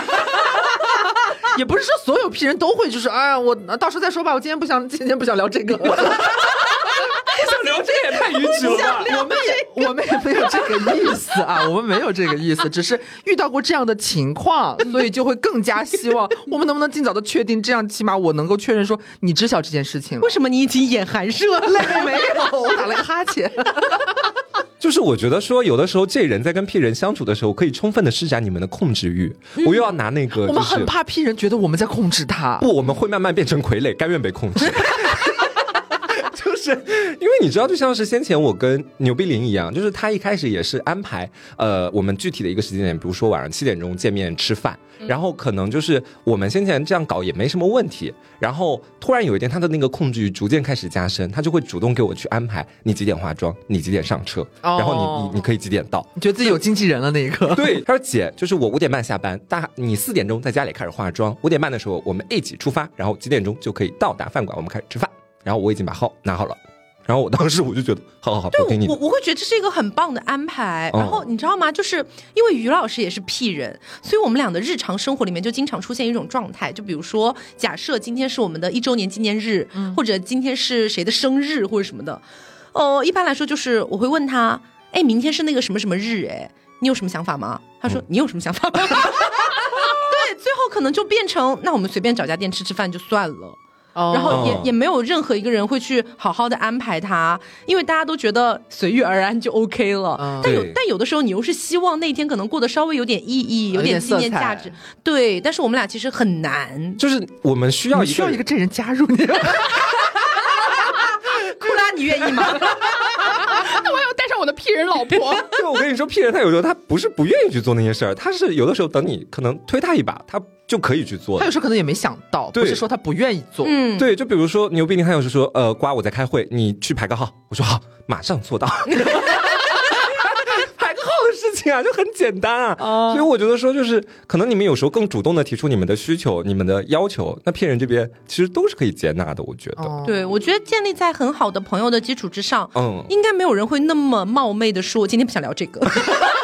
也不是说所有 P 人都会，就是哎呀，我到时候再说吧，我今天不想，今天不想聊这个。 想聊这个也太逾矩了吧！ 我们也我们也没有这个意思啊，我们没有这个意思，只是遇到过这样的情况，所以就会更加希望我们能不能尽早的确定，这样起码我能够确认说你知晓这件事情了。 为什么你已经眼含热泪？ 没有，我打了个哈欠。 就是我觉得说，有的时候这人在跟 P 人相处的时候，可以充分的施展你们的控制欲。嗯、我又要拿那个、就是， 我们很怕 P 人觉得我们在控制他。 不，我们会慢慢变成傀儡，甘愿被控制。就是因为你知道，就像是先前我跟牛逼林一样，就是他一开始也是安排呃我们具体的一个时间点，比如说晚上七点钟见面吃饭，然后可能就是我们先前这样搞也没什么问题，然后突然有一天他的那个控制欲逐渐开始加深，他就会主动给我去安排你几点化妆，你几点上车，哦、然后你你你可以几点到， 你觉得自己有经纪人了那一刻。 对，他说姐，就是我五点半下班，大你四点钟在家里开始化妆，五点半的时候我们一起出发，然后几点钟就可以到达饭馆，我们开始吃饭。然后我已经把号拿好了，然后我当时我就觉得，好好好，我听你的。 我我会觉得这是一个很棒的安排。然后你知道吗？就是因为于老师也是 P 人，所以我们俩的日常生活里面就经常出现一种状态，就比如说，假设今天是我们的一周年纪念日，嗯、或者今天是谁的生日或者什么的，哦、呃，一般来说就是我会问他，哎，明天是那个什么什么日，哎，你有什么想法吗？他说、嗯、你有什么想法吗？对，最后可能就变成，那我们随便找家店吃吃饭就算了。Oh. 然后也也没有任何一个人会去好好的安排他，因为大家都觉得随遇而安就 OK 了。Uh, 但有但有的时候你又是希望那天可能过得稍微有点意义，有点纪念价值。对，但是我们俩其实很难， 就是我们需要一个需要一个这人加入你。库拉，你愿意吗？ 那我要带上我的 P 人老婆。 对，我跟你说 ，P 人他有时候他不是不愿意去做那些事儿，他是有的时候等你可能推他一把，他就可以去做。 他有时候可能也没想到，不是说他不愿意做。 嗯， 对，就比如说牛逼林，他有时说，呃，瓜我在开会，你去排个号。我说好，马上做到。排个号的事情啊，就很简单啊。Uh, 所以我觉得说，就是可能你们有时候更主动的提出你们的需求、你们的要求，那骗人这边其实都是可以接纳的。我觉得， uh, 对，我觉得建立在很好的朋友的基础之上，嗯，应该没有人会那么冒昧的说，我今天不想聊这个。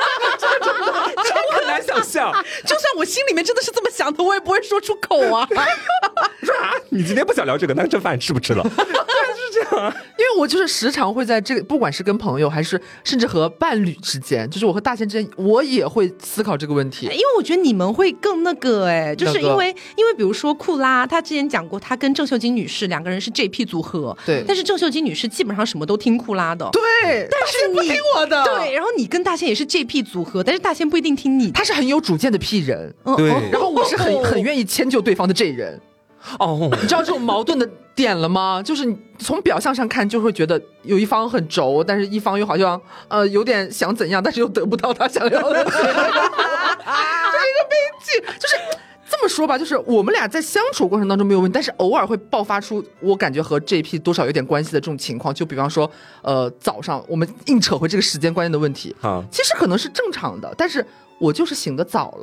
想象， 就算我心里面真的是这么想的，我也不会说出口啊。 说啊，你今天不想聊这个，那这饭吃不吃了？对，是这样啊。 因为我就是时常会在这个，不管是跟朋友还是甚至和伴侣之间，就是我和大仙之间，我也会思考这个问题。 因为我觉得你们会更那个哎，就是因为因为比如说库拉，她之前讲过，她跟郑秀晶女士两个人是 J P 组合， 对。 但是郑秀晶女士基本上什么都听库拉的， 对。 但是你不听我的， 对。然后你跟大仙也是 J P 组合，但是大仙不一定听你， 他是很有主见的 P 人， 对。 然后我是很很愿意迁就对方的 J 人。 哦， 你知道这种矛盾的点了吗？就是你从表象上看就会觉得有一方很轴，但是一方又好像呃有点想怎样，但是又得不到他想要的。这是一个悲剧。就是这么说吧，就是我们俩在相处过程当中没有问题，但是偶尔会爆发出我感觉和 J P 多少有点关系的这种情况。就比方说呃早上我们硬扯回这个时间观念的问题，啊，其实可能是正常的，但是我就是醒得早了。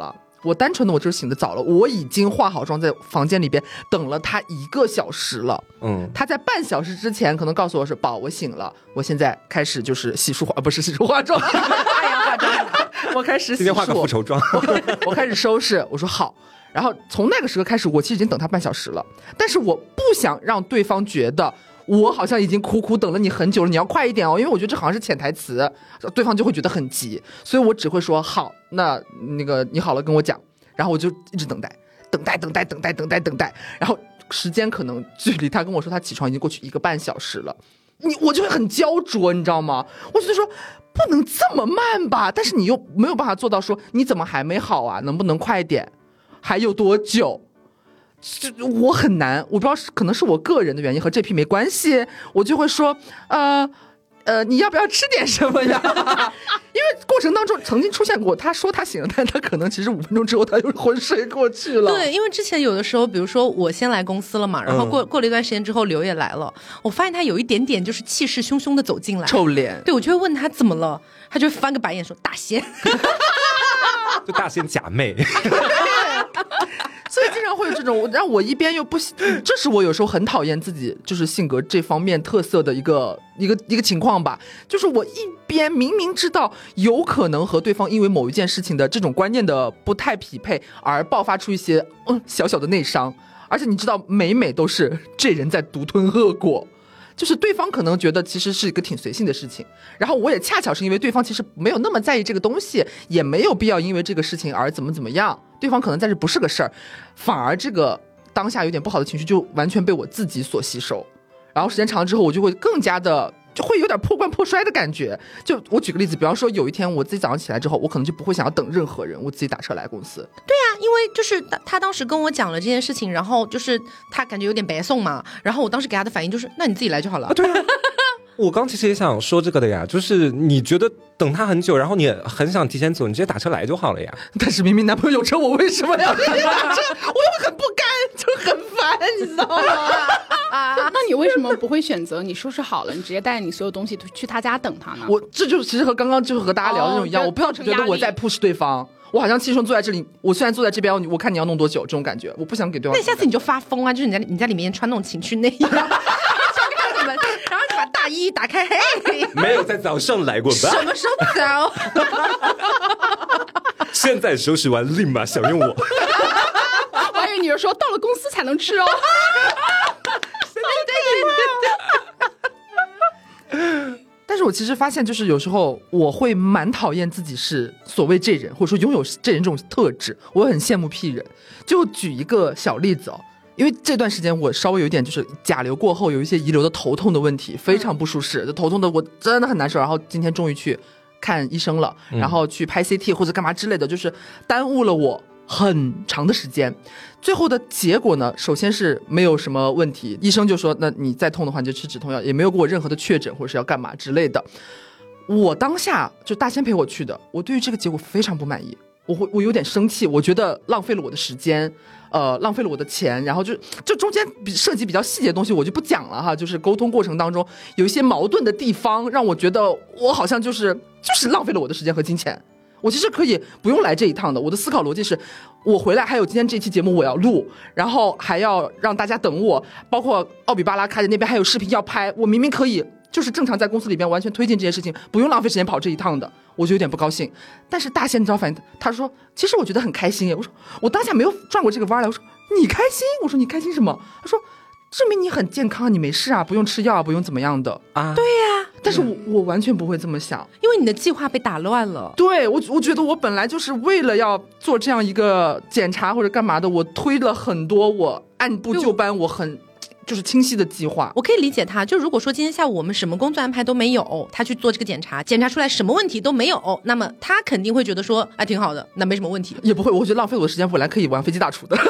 我单纯的我就是醒得早了，我已经化好妆在房间里边等了他一个小时了。嗯，他在半小时之前可能告诉我是宝我醒了，我现在开始就是洗漱化不是洗漱化妆太阳化妆我开始洗漱， 今天化个复仇妆我, 我开始收拾，我说好。然后从那个时刻开始我其实已经等他半小时了，但是我不想让对方觉得我好像已经苦苦等了你很久了，你要快一点哦，因为我觉得这好像是潜台词，对方就会觉得很急，所以我只会说好，那那个你好了跟我讲，然后我就一直等待等待等待等待等待等待，然后时间可能距离他跟我说他起床已经过去一个半小时了，你我就会很焦灼，你知道吗？我觉得说不能这么慢吧，但是你又没有办法做到说你怎么还没好啊，能不能快点，还有多久，我很难，我不知道是可能是我个人的原因，和这批没关系，我就会说呃呃你要不要吃点什么呀因为过程当中曾经出现过他说他醒了，但他可能其实五分钟之后他就昏睡过去了。 对，因为之前有的时候比如说我先来公司了嘛，然后过、嗯、过了一段时间之后刘也来了，我发现他有一点点就是气势汹汹的走进来， 臭脸， 对，我就会问他怎么了，他就会翻个白眼说大仙就大仙假寐所以经常会有这种让我一边又不这是我有时候很讨厌自己就是性格这方面特色的一个一个一个情况吧，就是我一边明明知道有可能和对方因为某一件事情的这种观念的不太匹配而爆发出一些嗯小小的内伤，而且你知道每每都是这人在独吞恶果，就是对方可能觉得其实是一个挺随性的事情，然后我也恰巧是因为对方其实没有那么在意这个东西，也没有必要因为这个事情而怎么怎么样，对方可能在这不是个事儿，反而这个当下有点不好的情绪就完全被我自己所吸收，然后时间长了之后我就会更加的就会有点破罐破摔的感觉。就我举个例子，比方说有一天我自己早上起来之后，我可能就不会想要等任何人，我自己打车来公司。 对啊，因为就是他当时跟我讲了这件事情，然后就是他感觉有点白送嘛，然后我当时给他的反应就是那你自己来就好了。啊对啊我刚其实也想说这个的呀，就是你觉得等他很久，然后你很想提前走，你直接打车来就好了呀。 但是明明男朋友有车，我为什么要直接打车？我又很不甘，就很烦，你知道吗？ 啊，那你为什么不会选择你收拾好了，你直接带你所有东西去他家等他呢？ 我这就其实和刚刚就是和大家聊的那种一样，哦、我不要觉得我在 push 对方。我好像气声坐在这里，我虽然坐在这边，我看你要弄多久，这种感觉，我不想给对方。 那下次你就发疯啊，就是你在你在里面穿那种情趣内衣，然后你把大衣打开，嘿， 没有在早上来过吧？ 什么时候早？ 现在收拾完立马享用我。 我还以为你是说到了公司才能吃哦。 但是我其实发现，就是有时候我会蛮讨厌自己是所谓这人，或者说拥有这人这种特质，我很羡慕 P 人。就举一个小例子哦，因为这段时间我稍微有一点就是甲流过后有一些遗留的头痛的问题，非常不舒适，头痛的我真的很难受。然后今天终于去看医生了，然后去拍 C T 或者干嘛之类的，就是耽误了我很长的时间。最后的结果呢，首先是没有什么问题，医生就说那你再痛的话你就吃止痛药，也没有给我任何的确诊或者是要干嘛之类的。我当下就大仙陪我去的，我对于这个结果非常不满意，我会我有点生气，我觉得浪费了我的时间，呃，浪费了我的钱，然后就就中间涉及比较细节的东西我就不讲了哈，就是沟通过程当中有一些矛盾的地方，让我觉得我好像就是就是浪费了我的时间和金钱。我其实可以不用来这一趟的，我的思考逻辑是我回来还有今天这期节目我要录，然后还要让大家等我，包括奥比巴拉开的那边还有视频要拍，我明明可以就是正常在公司里边完全推进这件事情，不用浪费时间跑这一趟的，我就有点不高兴。但是大仙你知道反应，他说其实我觉得很开心耶。我说我当下没有转过这个弯来，我说你开心？我说你开心什么？他说证明你很健康，你没事啊，不用吃药啊，不用怎么样的啊。 对呀、啊， 但是我我完全不会这么想， 因为你的计划被打乱了。 对，我我觉得我本来就是为了要做这样一个检查或者干嘛的，我推了很多我按部就班，我很就是清晰的计划。 我可以理解他，就如果说今天下午我们什么工作安排都没有，他去做这个检查，检查出来什么问题都没有，那么他肯定会觉得说哎挺好的，那没什么问题。 也不会，我觉得浪费我的时间，本来可以玩飞机大厨的。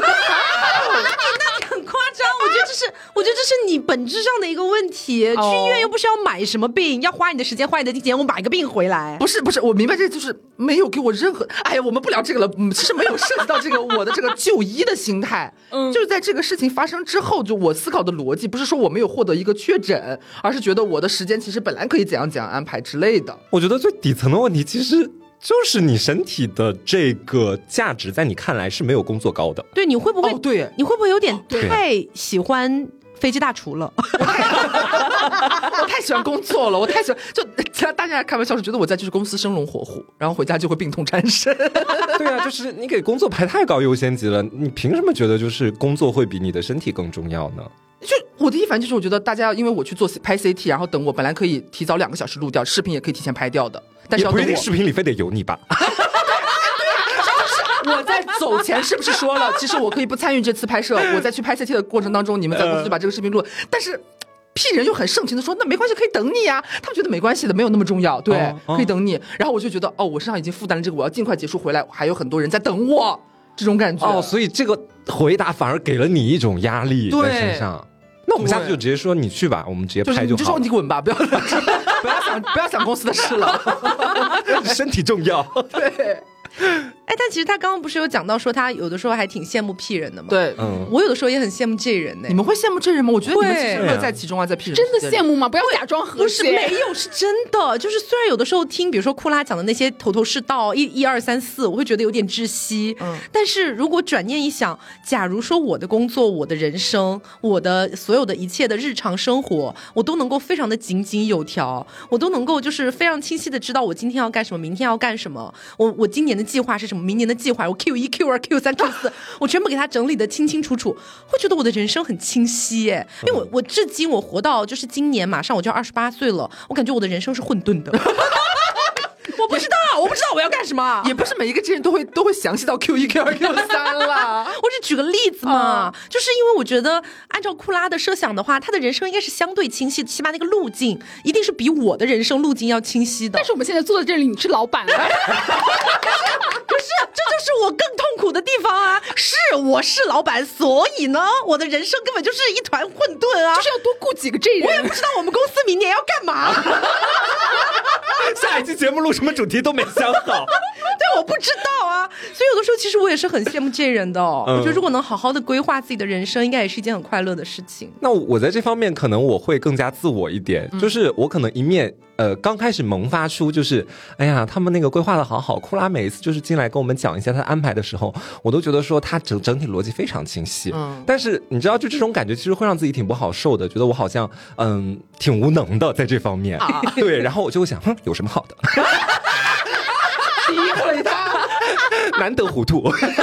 我觉得这是，我觉得这是你本质上的一个问题。Oh. 去医院又不是要买什么病，要花你的时间，花你的钱，我买个病回来。 不是不是，我明白这就是没有给我任何。哎呀，我们不聊这个了，其实没有涉及到这个我的这个就医的心态。嗯，就是在这个事情发生之后，就我思考的逻辑不是说我没有获得一个确诊，而是觉得我的时间其实本来可以怎样怎样安排之类的。 我觉得最底层的问题其实就是你身体的这个价值在你看来是没有工作高的。 对，你会不会、 哦、对， 你会不会有点太喜欢飞机大厨了？ 我太喜欢工作了，我太喜欢，就大家开玩笑是觉得我在就是公司生龙活虎，然后回家就会病痛缠身。 对啊，就是你给工作排太高优先级了，你凭什么觉得就是工作会比你的身体更重要呢？ 就我的一反就是我觉得大家因为我去做拍 C T， 然后等我本来可以提早两个小时录掉，视频也可以提前拍掉的，但是要等我也不一定视频里非得有你吧。 我在走前是不是说了，其实我可以不参与这次拍摄，我在去拍 C T 的过程当中，你们在公司就把这个视频录了，但是屁人又很盛情的说那没关系，可以等你呀，他们觉得没关系的，没有那么重要，对、哦哦、可以等你，然后我就觉得哦，我身上已经负担了这个，我要尽快结束回来，还有很多人在等我，这种感觉。哦， 所以这个回答反而给了你一种压力在身上。那我们下次就直接说你去吧，我们直接拍就好了。 就是、你就说你滚吧，不要不要想不要想公司的事了， 身体重要。 对。 哎，但其实他刚刚不是有讲到说他有的时候还挺羡慕 P 人的吗？ 对， 嗯，我有的时候也很羡慕 J 人呢。 你们会羡慕 J 人吗？我觉得你们其实乐在其中啊，在 P 人真的羡慕吗？不要假装和谐。 不是没有，是真的。就是虽然有的时候听，比如说库拉讲的那些头头是道，一一二三四，我会觉得有点窒息。嗯，但是如果转念一想，假如说我的工作、我的人生、我的所有的一切的日常生活，我都能够非常的井井有条，我都能够就是非常清晰的知道我今天要干什么，明天要干什么，我我今年的计划是什么，明年的计划，我 Q 一 Q 二 Q 三 Q 四，我全部给他整理的清清楚楚，会觉得我的人生很清晰耶。因为我我至今我活到就是今年马上我就二十八岁了，我感觉我的人生是混沌的。我不知道，我不知道我要干什么， 也不是每一个人都会都会详细到 Q 一 Q 二 Q 三啦。 我只举个例子嘛、嗯，就是因为我觉得按照库拉的设想的话，他的人生应该是相对清晰，起码那个路径一定是比我的人生路径要清晰的。 但是我们现在坐在这里，你是老板啊。 可是这就是我更痛苦的地方啊！是我是老板，所以呢，我的人生根本就是一团混沌啊！ 就是要多雇几个 J 人。 我也不知道我们公司明年要干嘛。 下一期节目录什么主题都没想好。 对，我不知道啊。所以有的时候其实我也是很羡慕 J 人的、哦嗯、我觉得如果能好好的规划自己的人生，应该也是一件很快乐的事情。 那我在这方面可能我会更加自我一点、嗯、就是我可能一面呃刚开始萌发出就是哎呀他们那个规划的好好，库拉每一次就是进来跟我们讲一下他安排的时候，我都觉得说他整整体逻辑非常清晰、嗯、但是你知道就这种感觉其实会让自己挺不好受的，觉得我好像嗯挺无能的在这方面、啊、对，然后我就会想哼有什么好的。 诋毁他， 难得糊涂。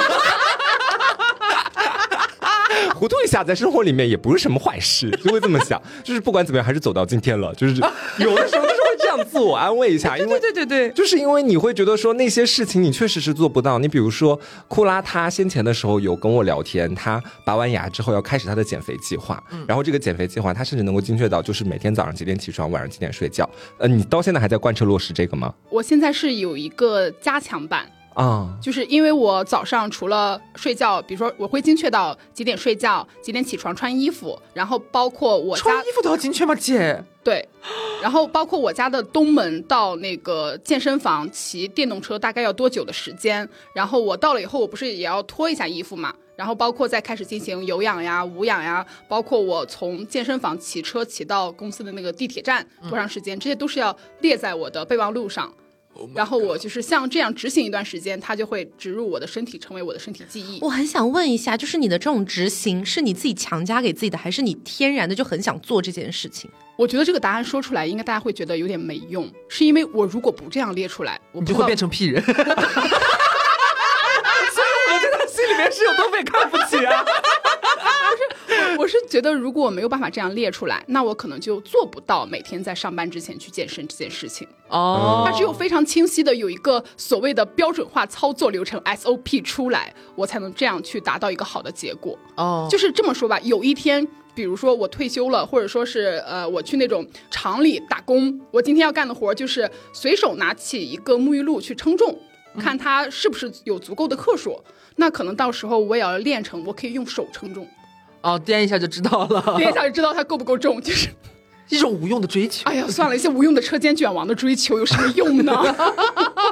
糊涂一下在生活里面也不是什么坏事，就会这么想，就是不管怎么样还是走到今天了，就是有的时候就是会这样自我安慰一下，因为对对对对， 就是因为你会觉得说那些事情你确实是做不到。你比如说库拉他先前的时候有跟我聊天，他拔完牙之后要开始他的减肥计划、嗯、然后这个减肥计划他甚至能够精确到就是每天早上几点起床，晚上几点睡觉。呃，你到现在还在贯彻落实这个吗？ 我现在是有一个加强版啊，就是因为我早上除了睡觉，比如说我会精确到几点睡觉，几点起床穿衣服，然后包括我家穿衣服都要精确吗姐？ 对，然后包括我家的东门到那个健身房骑电动车大概要多久的时间，然后我到了以后我不是也要脱一下衣服嘛，然后包括再开始进行有氧呀无氧呀，包括我从健身房骑车骑到公司的那个地铁站多长时间、嗯、这些都是要列在我的备忘录上。然后我就是像这样执行一段时间，它就会植入我的身体，成为我的身体记忆。 我很想问一下，就是你的这种执行是你自己强加给自己的，还是你天然的就很想做这件事情？ 我觉得这个答案说出来应该大家会觉得有点没用，是因为我如果不这样列出来，我你就会变成屁人。所以我在他心里面是有多被看不起啊。 我是觉得如果我没有办法这样列出来，那我可能就做不到每天在上班之前去健身这件事情。哦，它只有非常清晰的有一个所谓的标准化操作流程 S O P 出来，我才能这样去达到一个好的结果。哦，就是这么说吧，有一天比如说我退休了，或者说是呃我去那种厂里打工，我今天要干的活就是随手拿起一个沐浴露去称重，看它是不是有足够的克数、嗯、那可能到时候我也要练成我可以用手称重。 哦，掂一下就知道了， 掂一下就知道它够不够重，就是一种无用的追求。 哎呀，算了，一些无用的车间卷王的追求有什么用呢？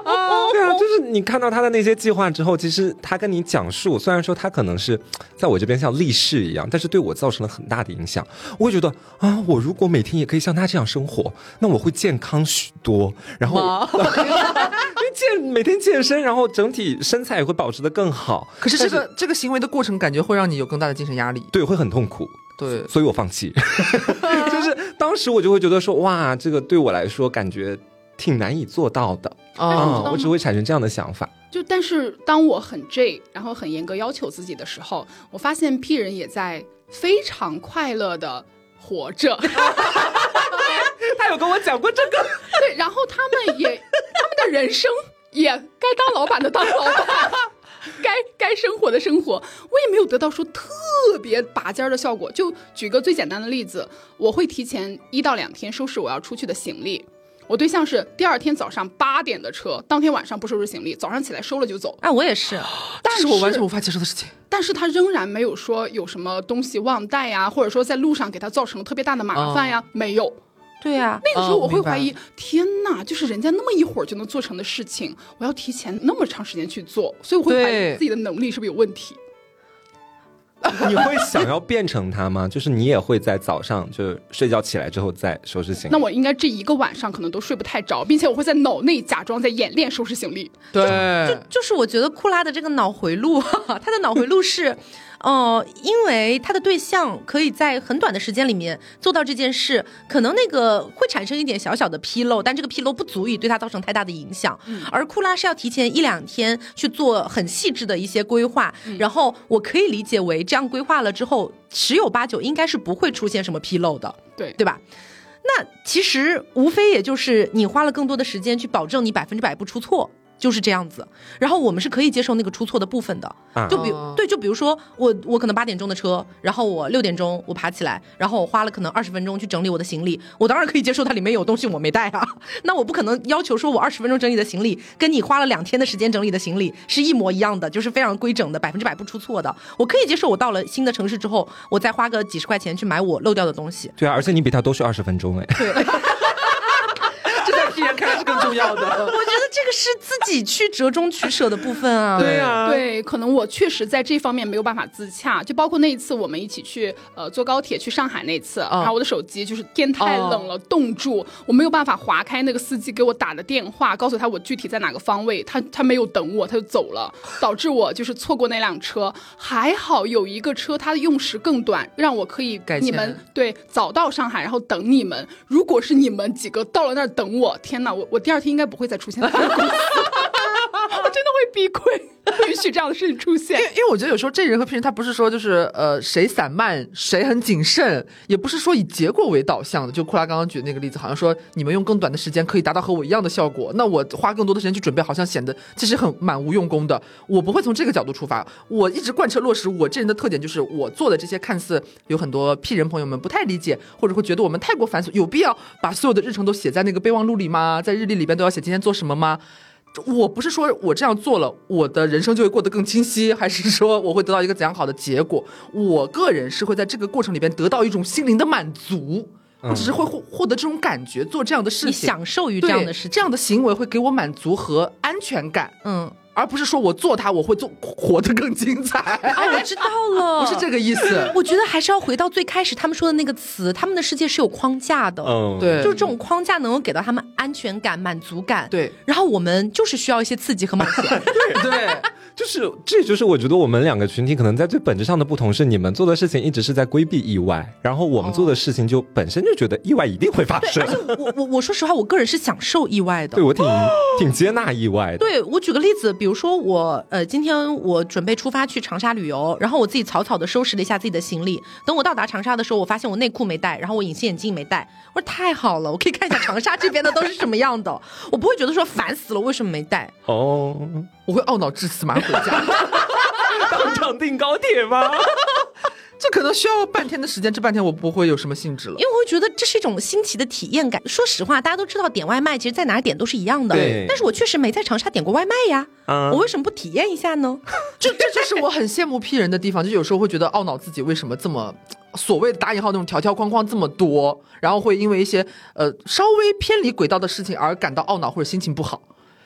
对啊，就是你看到他的那些计划之后，其实他跟你讲述，虽然说他可能是在我这边像立誓一样，但是对我造成了很大的影响。我会觉得啊，我如果每天也可以像他这样生活，那我会健康许多，然后因为健每天健身，然后整体身材也会保持得更好。 可是这个这个行为的过程，感觉会让你有更大的精神压力， 对，会很痛苦。 对， 所以我放弃。就是当时我就会觉得说，哇，这个对我来说感觉挺难以做到的啊、嗯，我只会产生这样的想法。 就但是当我很 J， 然后很严格要求自己的时候，我发现 P 人也在非常快乐的活着。 他有跟我讲过这个。 对，然后他们也他们的人生也该当老板的当老板。该该生活的生活，我也没有得到说特别拔尖的效果。就举个最简单的例子，我会提前一到两天收拾我要出去的行李。我对象是第二天早上八点的车，当天晚上不收拾行李，早上起来收了就走。 哎，我也是， 但是我完全无法接受的事情。 但是他仍然没有说有什么东西忘带呀，或者说在路上给他造成了特别大的麻烦呀，哦、没有。 对呀、啊， 那个时候我会怀疑，哦、天哪，就是人家那么一会儿就能做成的事情，我要提前那么长时间去做，所以我会怀疑自己的能力是不是有问题。 你会想要变成他吗？就是你也会在早上就睡觉起来之后再收拾行李？ 那我应该这一个晚上可能都睡不太着，并且我会在脑内假装在演练收拾行李。 对， 就就就是我觉得库拉的这个脑回路，他的脑回路是。哦、呃，因为他的对象可以在很短的时间里面做到这件事，可能那个会产生一点小小的纰漏，但这个纰漏不足以对他造成太大的影响。嗯、而库拉是要提前一两天去做很细致的一些规划，嗯、然后我可以理解为这样规划了之后，十有八九应该是不会出现什么纰漏的， 对对吧？那其实无非也就是你花了更多的时间去保证你百分之百不出错。就是这样子，然后我们是可以接受那个出错的部分的，就比对，就比如说我我可能八点钟的车，然后我六点钟我爬起来，然后我花了可能二十分钟去整理我的行李，我当然可以接受它里面有东西我没带啊，那我不可能要求说我二十分钟整理的行李跟你花了两天的时间整理的行李是一模一样的，就是非常规整的，百分之百不出错的。我可以接受我到了新的城市之后，我再花个几十块钱去买我漏掉的东西。 对啊，而且你比他多睡二十分钟哎。 对。 这在 P 人看来是更重要的。 我觉得这个是自己去折中取舍的部分啊。 对啊， 对，可能我确实在这方面没有办法自洽，就包括那一次我们一起去呃坐高铁去上海那次，哦、然后我的手机就是天太冷了、哦、冻住，我没有办法划开那个司机给我打的电话，告诉他我具体在哪个方位，他他没有等我，他就走了，导致我就是错过那辆车。还好有一个车它的用时更短，让我可以你们对早到上海，然后等你们。如果是你们几个到了那儿等我，天哪，我我第二天应该不会再出现在这个公司。我真的会逼亏，不允许这样的事情出现。 因为因为我觉得有时候这人和 P 人他不是说就是呃谁散漫谁很谨慎，也不是说以结果为导向的。就库拉刚刚举的那个例子，好像说你们用更短的时间可以达到和我一样的效果，那我花更多的时间去准备，好像显得其实很蛮无用功的。我不会从这个角度出发，我一直贯彻落实我这人的特点，就是我做的这些看似有很多 P 人朋友们不太理解，或者会觉得我们太过繁琐，有必要把所有的日程都写在那个备忘录里吗？在日历里边都要写今天做什么吗？我不是说我这样做了我的人生就会过得更清晰，还是说我会得到一个怎样好的结果。我个人是会在这个过程里边得到一种心灵的满足，我只是会获得这种感觉，做这样的事情， 你享受于这样的事情， 这样的行为会给我满足和安全感。嗯，而不是说我做它我会做活得更精彩。 啊，我知道了， 不是这个意思。 我觉得还是要回到最开始他们说的那个词，他们的世界是有框架的。 嗯， 对， 就是这种框架能够给到他们安全感、满足感。 对， 然后我们就是需要一些刺激和冒险。 对对。 就是这就是我觉得我们两个群体可能在最本质上的不同是，你们做的事情一直是在规避意外，然后我们做的事情就本身就觉得意外一定会发生。 而且我我我说实话，我个人是享受意外的。 对，我挺、哦、挺接纳意外的。 对，我举个例子，比如说我呃今天我准备出发去长沙旅游，然后我自己草草的收拾了一下自己的行李，等我到达长沙的时候，我发现我内裤没带，然后我隐形眼镜没带，我说太好了，我可以看一下长沙这边的都是什么样的。我不会觉得说烦死了为什么没带。 哦， 我会懊恼至死，马上回家。 当场订高铁吗？ 这可能需要半天的时间，这半天我不会有什么兴致了， 因为我会觉得这是一种新奇的体验感。说实话，大家都知道点外卖其实在哪儿点都是一样的， 对， 但是我确实没在长沙点过外卖呀、嗯、我为什么不体验一下呢？ 这这就是我很羡慕 P 人的地方，就有时候会觉得懊恼自己为什么这么所谓的打引号那种条条框框这么多，然后会因为一些呃稍微偏离轨道的事情而感到懊恼或者心情不好。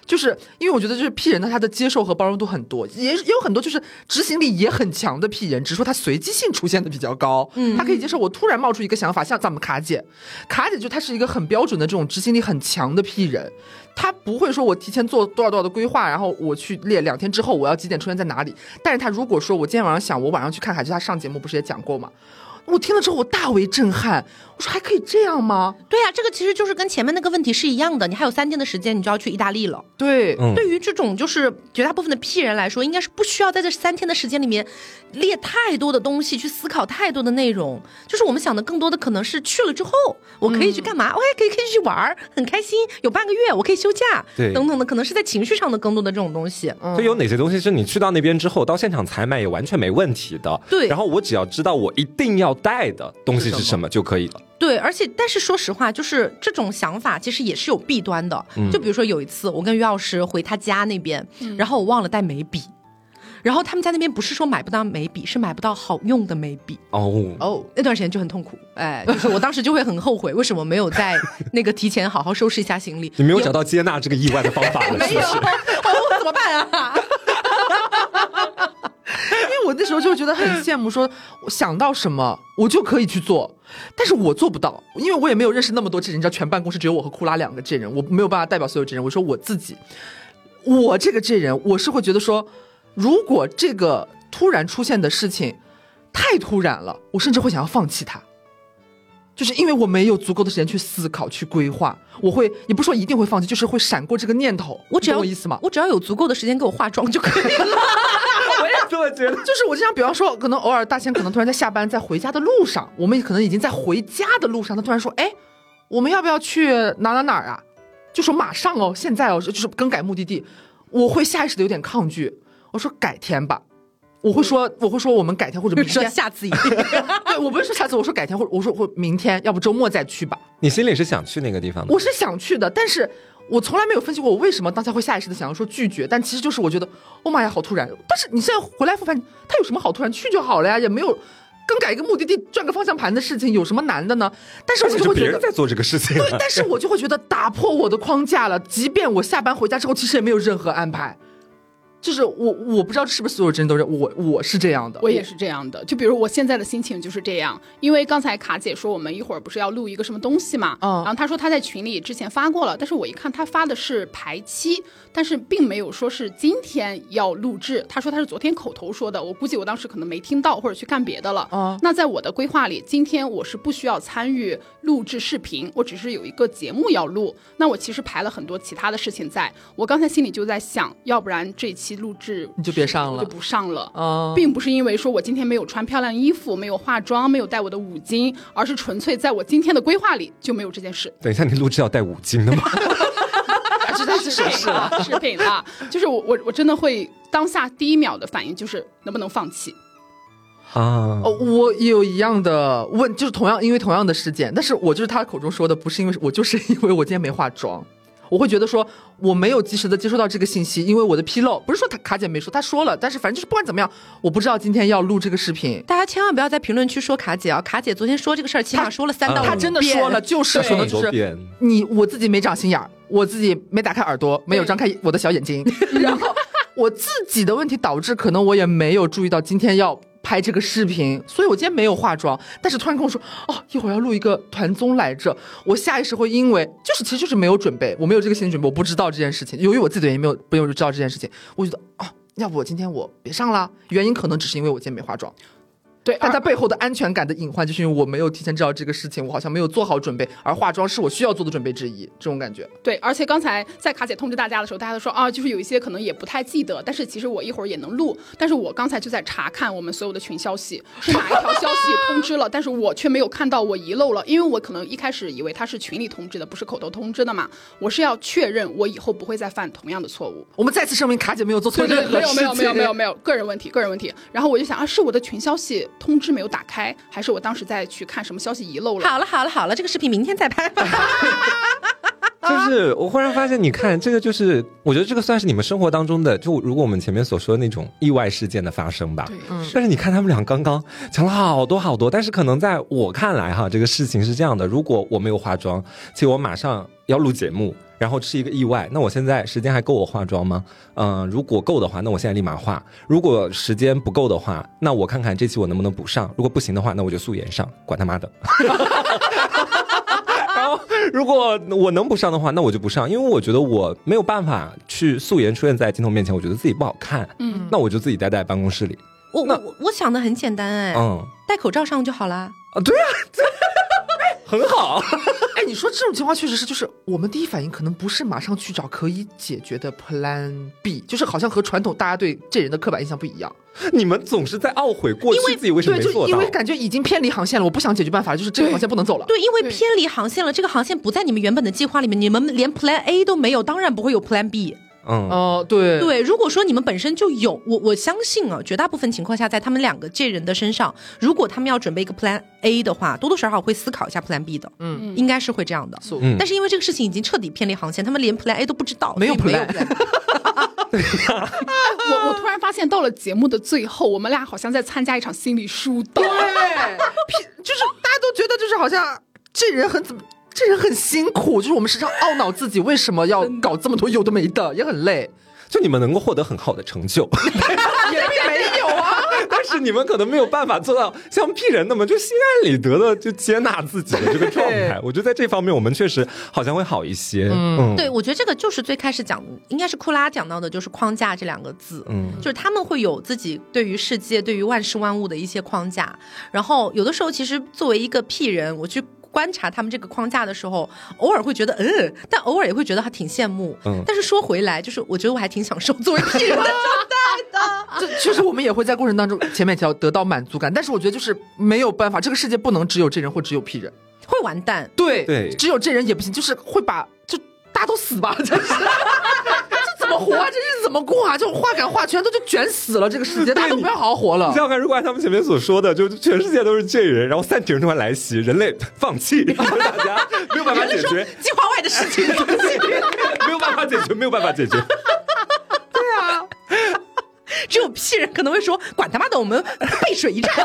就是因为我觉得就是 P 人呢，他的接受和包容度很多，也也有很多就是执行力也很强的 P 人，只是说他随机性出现的比较高。嗯，他可以接受我突然冒出一个想法，像咱们卡姐，卡姐就她是一个很标准的这种执行力很强的 P 人，他不会说我提前做多少多少的规划，然后我去列两天之后我要几点出现在哪里。但是他如果说我今天晚上想我晚上去看海，就他上节目不是也讲过吗？我听了之后我大为震撼，我说还可以这样吗？ 对啊，这个其实就是跟前面那个问题是一样的，你还有三天的时间你就要去意大利了。 对、 嗯、 对于这种就是绝大部分的 P 人来说，应该是不需要在这三天的时间里面列太多的东西，去思考太多的内容，就是我们想的更多的可能是去了之后我可以去干嘛、嗯、我也可以可以去玩很开心，有半个月我可以休假对等等的，可能是在情绪上的更多的这种东西。 就有哪些东西是你去到那边之后到现场采买也完全没问题的， 对， 然后我只要知道我一定要带的东西是什么就可以了。 对，而且但是说实话，就是这种想法其实也是有弊端的、嗯、就比如说有一次我跟于老师回他家那边、嗯、然后我忘了带眉笔，然后他们家那边不是说买不到眉笔，是买不到好用的眉笔。 哦哦，那段时间就很痛苦，哎，就是我当时就会很后悔，为什么没有在那个提前好好收拾一下行李？ 你没有找到接纳这个意外的方法了， 没有，哦，我怎么办啊？ 因为我那时候就觉得很羡慕，说我想到什么我就可以去做，但是我做不到，因为我也没有认识那么多这人，你知道全办公室只有我和库拉两个这人，我没有办法代表所有这人。我说我自己，我这个这人，我是会觉得说，如果这个突然出现的事情太突然了，我甚至会想要放弃它，就是因为我没有足够的时间去思考去规划，我会也不是说一定会放弃，就是会闪过这个念头。 我只要懂我意思吗？ 我只要有足够的时间给我化妆就可以了。 我也这么觉得，就是我经常比方说可能偶尔大仙可能突然在下班在回家的路上，我们可能已经在回家的路上，他突然说哎我们要不要去哪哪哪啊，就说马上哦现在哦就是更改目的地，我会下意识的有点抗拒，我说改天吧，我会说我会说我们改天或者明天， 下次一定对，我不是说下次，我说改天或者我说或明天，要不周末再去吧。 你心里是想去那个地方的？ 我是想去的，但是我从来没有分析过我为什么当下会下意识的想要说拒绝，但其实就是我觉得哦妈呀好突然，但是你现在回来复盘他有什么好突然，去就好了呀，也没有更改一个目的地转个方向盘的事情有什么难的呢？但是我就会觉得别人在做这个事情、啊、 对，但是我就会觉得打破我的框架了，即便我下班回家之后其实也没有任何安排，就是我我不知道是不是所有人都是我我是这样的， 我也是这样的。就比如我现在的心情就是这样，因为刚才卡姐说我们一会儿不是要录一个什么东西嘛，嗯，然后她说她在群里之前发过了，但是我一看她发的是排期，但是并没有说是今天要录制，她说她是昨天口头说的，我估计我当时可能没听到或者去干别的了。嗯，那在我的规划里，今天我是不需要参与录制视频，我只是有一个节目要录，那我其实排了很多其他的事情在，我刚才心里就在想，要不然这期录制你就别上了， 就不上了、 哦、 并不是因为说我今天没有穿漂亮衣服，没有化妆，没有带我的五金，而是纯粹在我今天的规划里就没有这件事。 等一下，你录制要带五金的吗？ 这是视频了， 视频了，就是我我我真的会当下第一秒的反应就是能不能放弃啊、 哦？我也有一样的问，就是同样因为同样的事件，但是我就是他口中说的，不是因为我就是因为我今天没化妆。我会觉得说我没有及时的接收到这个信息，因为我的纰漏，不是说他卡姐没说，他说了，但是反正就是不管怎么样，我不知道今天要录这个视频。 大家千万不要在评论区说卡姐啊，卡姐昨天说这个事儿起码说了三到五遍， 他真的说了，就是说的就是你我自己没长心眼儿，我自己没打开耳朵，没有张开我的小眼睛，然后我自己的问题导致可能我也没有注意到今天要拍这个视频，所以我今天没有化妆，但是突然跟我说哦一会儿要录一个团综来着，我下意识会因为就是其实就是没有准备，我没有这个心理准备，我不知道这件事情，由于我自己的原因没有不用知道这件事情，我觉得哦要不我今天我别上了，原因可能只是因为我今天没化妆。对，但它背后的安全感的隐患就是因为我没有提前知道这个事情，我好像没有做好准备，而化妆是我需要做的准备之一，这种感觉。 对，而且刚才在卡姐通知大家的时候，大家都说啊，就是有一些可能也不太记得，但是其实我一会儿也能录，但是我刚才就在查看我们所有的群消息是哪一条消息通知了，但是我却没有看到，我遗漏了，因为我可能一开始以为它是群里通知的，不是口头通知的嘛，我是要确认我以后不会再犯同样的错误。 我们再次声明，卡姐没有做错任何事情， 没有没有没有没有没有个人问题个人问题。然后我就想啊，是我的群消息通知没有打开，还是我当时在去看什么消息遗漏了？ 好了好了好了，这个视频明天再拍吧。 就是我忽然发现，你看这个，就是我觉得这个算是你们生活当中的，就如果我们前面所说的那种意外事件的发生吧。 对， 嗯。但是你看他们俩刚刚讲了好多好多，但是可能在我看来哈，这个事情是这样的：如果我没有化妆，且我马上要录节目。然然后是一个意外，那我现在时间还够我化妆吗？嗯、呃，如果够的话，那我现在立马化；如果时间不够的话，那我看看这期我能不能补上；如果不行的话，那我就素颜上，管他妈的。然后如果我能不上的话，那我就不上，因为我觉得我没有办法去素颜出现在镜头面前，我觉得自己不好看。嗯，那我就自己待在办公室里。 我我我想的很简单哎，嗯，戴口罩上就好啦。 啊，对啊，很好。 哎，你说这种情况确实是，就是我们第一反应可能不是马上去找可以解决的 Plan B， 就是好像和传统大家对这人的刻板印象不一样。 你们总是在懊悔过去自己为什么没做到， 因为感觉已经偏离航线了，我不想解决办法，就是这个航线不能走了。 对，因为偏离航线了，这个航线不在你们原本的计划里面，你们连 Plan A 都没有，当然不会有 Plan B。 嗯哦、呃，对对，如果说你们本身就有，我我相信啊，绝大部分情况下，在他们两个这人的身上，如果他们要准备一个 Plan A 的话，多多少少会思考一下 Plan B 的，嗯，应该是会这样的。嗯，但是因为这个事情已经彻底偏离航线，他们连 Plan A 都不知道， 没有 Plan。 没有 plan 我我突然发现，到了节目的最后，我们俩好像在参加一场心理疏导。 对，就是大家都觉得，就是好像这人很怎么。这人很辛苦，就是我们时常懊恼自己为什么要搞这么多有的没的，也很累。 就你们能够获得很好的成就， 也没有啊。 但是你们可能没有办法做到像屁人那么就心安理得的就接纳自己的这个状态。我觉得在这方面我们确实好像会好一些。嗯， 嗯对，我觉得这个就是最开始讲，应该是库拉讲到的，就是框架这两个字。嗯，就是他们会有自己对于世界、对于万事万物的一些框架，然后有的时候其实作为一个屁人，我去观察他们这个框架的时候，偶尔会觉得嗯，但偶尔也会觉得他挺羡慕。嗯，但是说回来，就是我觉得我还挺享受作为屁人的状态的。 这确实我们也会在过程当中前面提到得到满足感，但是我觉得就是没有办法，这个世界不能只有这人或只有屁人， 会完蛋。 对对， 只有这人也不行，就是会把就大家都死吧，真是。怎么活啊？这日子怎么过啊？这种话赶话全都就卷死了，这个世界大家都不要好好活了。 你想想看，如果按他们前面所说的，就全世界都是这人，然后三体人突然来袭，人类放弃，然后大家没有办法解决计划外的事情， 没有办法解决，没有办法解决。 对啊， 只有屁人可能会说：“管他妈的，我们背水一战。”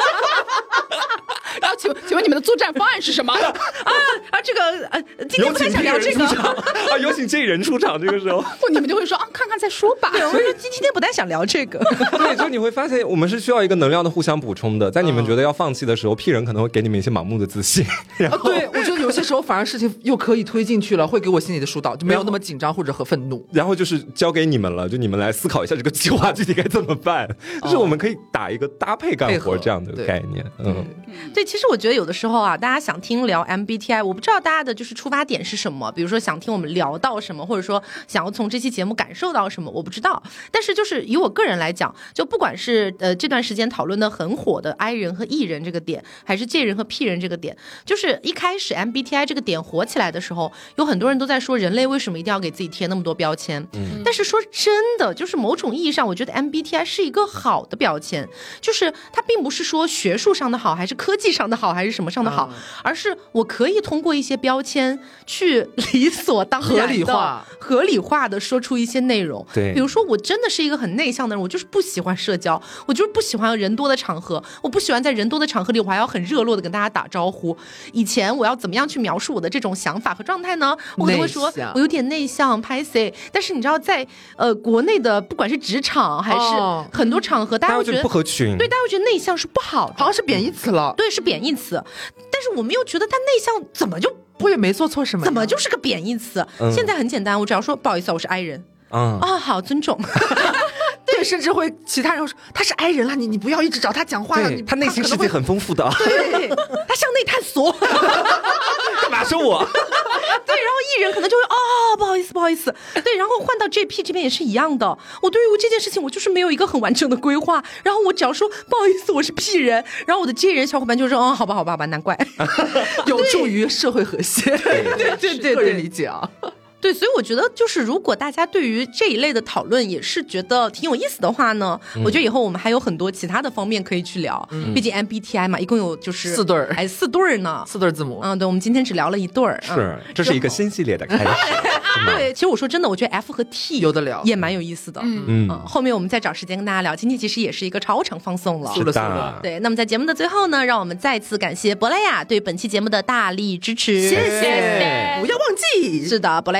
然后请请问你们的作战方案是什么？啊啊，这个呃，今天不太想聊这个啊，有请这人出场。这个时候， 不，你们就会说啊，看看再说吧。 对，我们说今今天不太想聊这个。 对，就你会发现，我们是需要一个能量的互相补充的。在你们觉得要放弃的时候，屁人可能会给你们一些盲目的自信。然后， 对，我觉得有些时候反而事情又可以推进去了，会给我心里的疏导，就没有那么紧张或者和愤怒。 然后就是交给你们了，就你们来思考一下这个计划具体该怎么办。就是我们可以打一个搭配干活这样的概念。嗯， 对，其实我觉得有的时候啊，大家想听聊 M B T I， 我不知道大家的就是出发点是什么，比如说想听我们聊到什么，或者说想要从这期节目感受到什么，我不知道。但是就是以我个人来讲，就不管是呃这段时间讨论的很火的 I 人和 E 人这个点，还是 J 人和 P 人这个点，就是一开始 M B T I 这个点火起来的时候，有很多人都在说人类为什么一定要给自己贴那么多标签。嗯，但是说真的，就是某种意义上，我觉得 M B T I 是一个好的标签，就是它并不是说学术上的好，还是科技上的好，还是什么上的好，嗯，而是我可以通过一些标签去理所当然的合理化合理化的说出一些内容。 对， 比如说我真的是一个很内向的人，我就是不喜欢社交，我就是不喜欢人多的场合，我不喜欢在人多的场合里我还要很热络的跟大家打招呼。以前我要怎么样去描述我的这种想法和状态呢？我可能会说我有点内向拍 C， 但是你知道在呃国内的不管是职场还是很多场合，哦，大家会觉得不合群， 对，大家会觉得内向是不好的， 好像是贬义词了。 对，是贬义词。但是我们又觉得他内向怎么就我也没做错什么， 怎么就是个贬义词？嗯，现在很简单，我只要说不好意思，我是 I 人。啊，嗯，哦，好，尊重。 对，甚至会其他人说他是 I 人了，你你不要一直找他讲话了， 他内心世界很丰富的。 对，他向内探索。 干嘛说我？ 对，然后艺人可能就会哦，不好意思，不好意思。对，然后换到 J P 这边也是一样的。我对于这件事情，我就是没有一个很完整的规划。然后我只要说不好意思，我是 P 人，然后我的 J 人小伙伴就说，哦，好吧，好吧，好吧，难怪， 有助于社会和谐。 对对对对， 个人理解啊。 对，所以我觉得就是如果大家对于这一类的讨论也是觉得挺有意思的话呢，嗯，我觉得以后我们还有很多其他的方面可以去聊。嗯，毕竟 M B T I 嘛，一共有就是四对儿， 哎，四对儿呢， 四对字母。 嗯，对，我们今天只聊了一对儿。 是，嗯，这是一个新系列的开始。 对，其实我说真的，我觉得 F 和 T 有的聊， 也蛮有意思的。嗯嗯，后面我们再找时间跟大家聊。今天其实也是一个超长放送了， 是的。 对，那么在节目的最后呢，让我们再次感谢珀莱雅对本期节目的大力支持， 谢谢。不要忘记， 是的，珀莱雅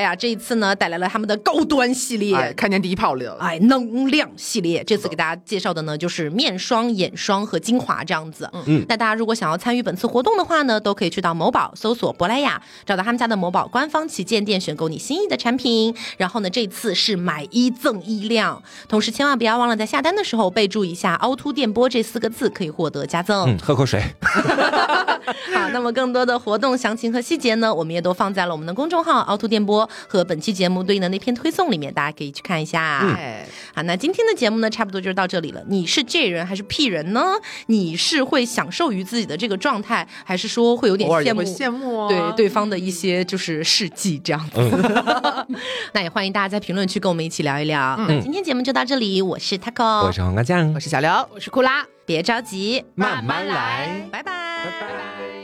呀，这一次呢带来了他们的高端系列， 哎，开年第一炮了， 哎，能量系列。这次给大家介绍的呢就是面霜、眼霜和精华这样子。嗯，那大家如果想要参与本次活动的话呢，都可以去到某宝搜索珀莱雅，找到他们家的某宝官方旗舰店，选购你心仪的产品。然后呢，这次是买一赠一量，同时千万不要忘了在下单的时候备注一下凹凸电波这四个字，可以获得加赠。 嗯，喝口水。 好，那么更多的活动详情和细节呢，我们也都放在了我们的公众号凹凸电波和本期节目对应的那篇推送里面，大家可以去看一下。嗯，好，那今天的节目呢，差不多就是到这里了。你是 J 人还是 P 人呢？你是会享受于自己的这个状态，还是说会有点羡慕羡慕、哦、 对对方的一些就是事迹这样子？嗯、那也欢迎大家在评论区跟我们一起聊一聊。嗯、那今天节目就到这里，我是 Taco， 我是黄瓜酱， 我是小刘， 我是库拉， 别着急， 慢慢来， 拜拜， 拜拜。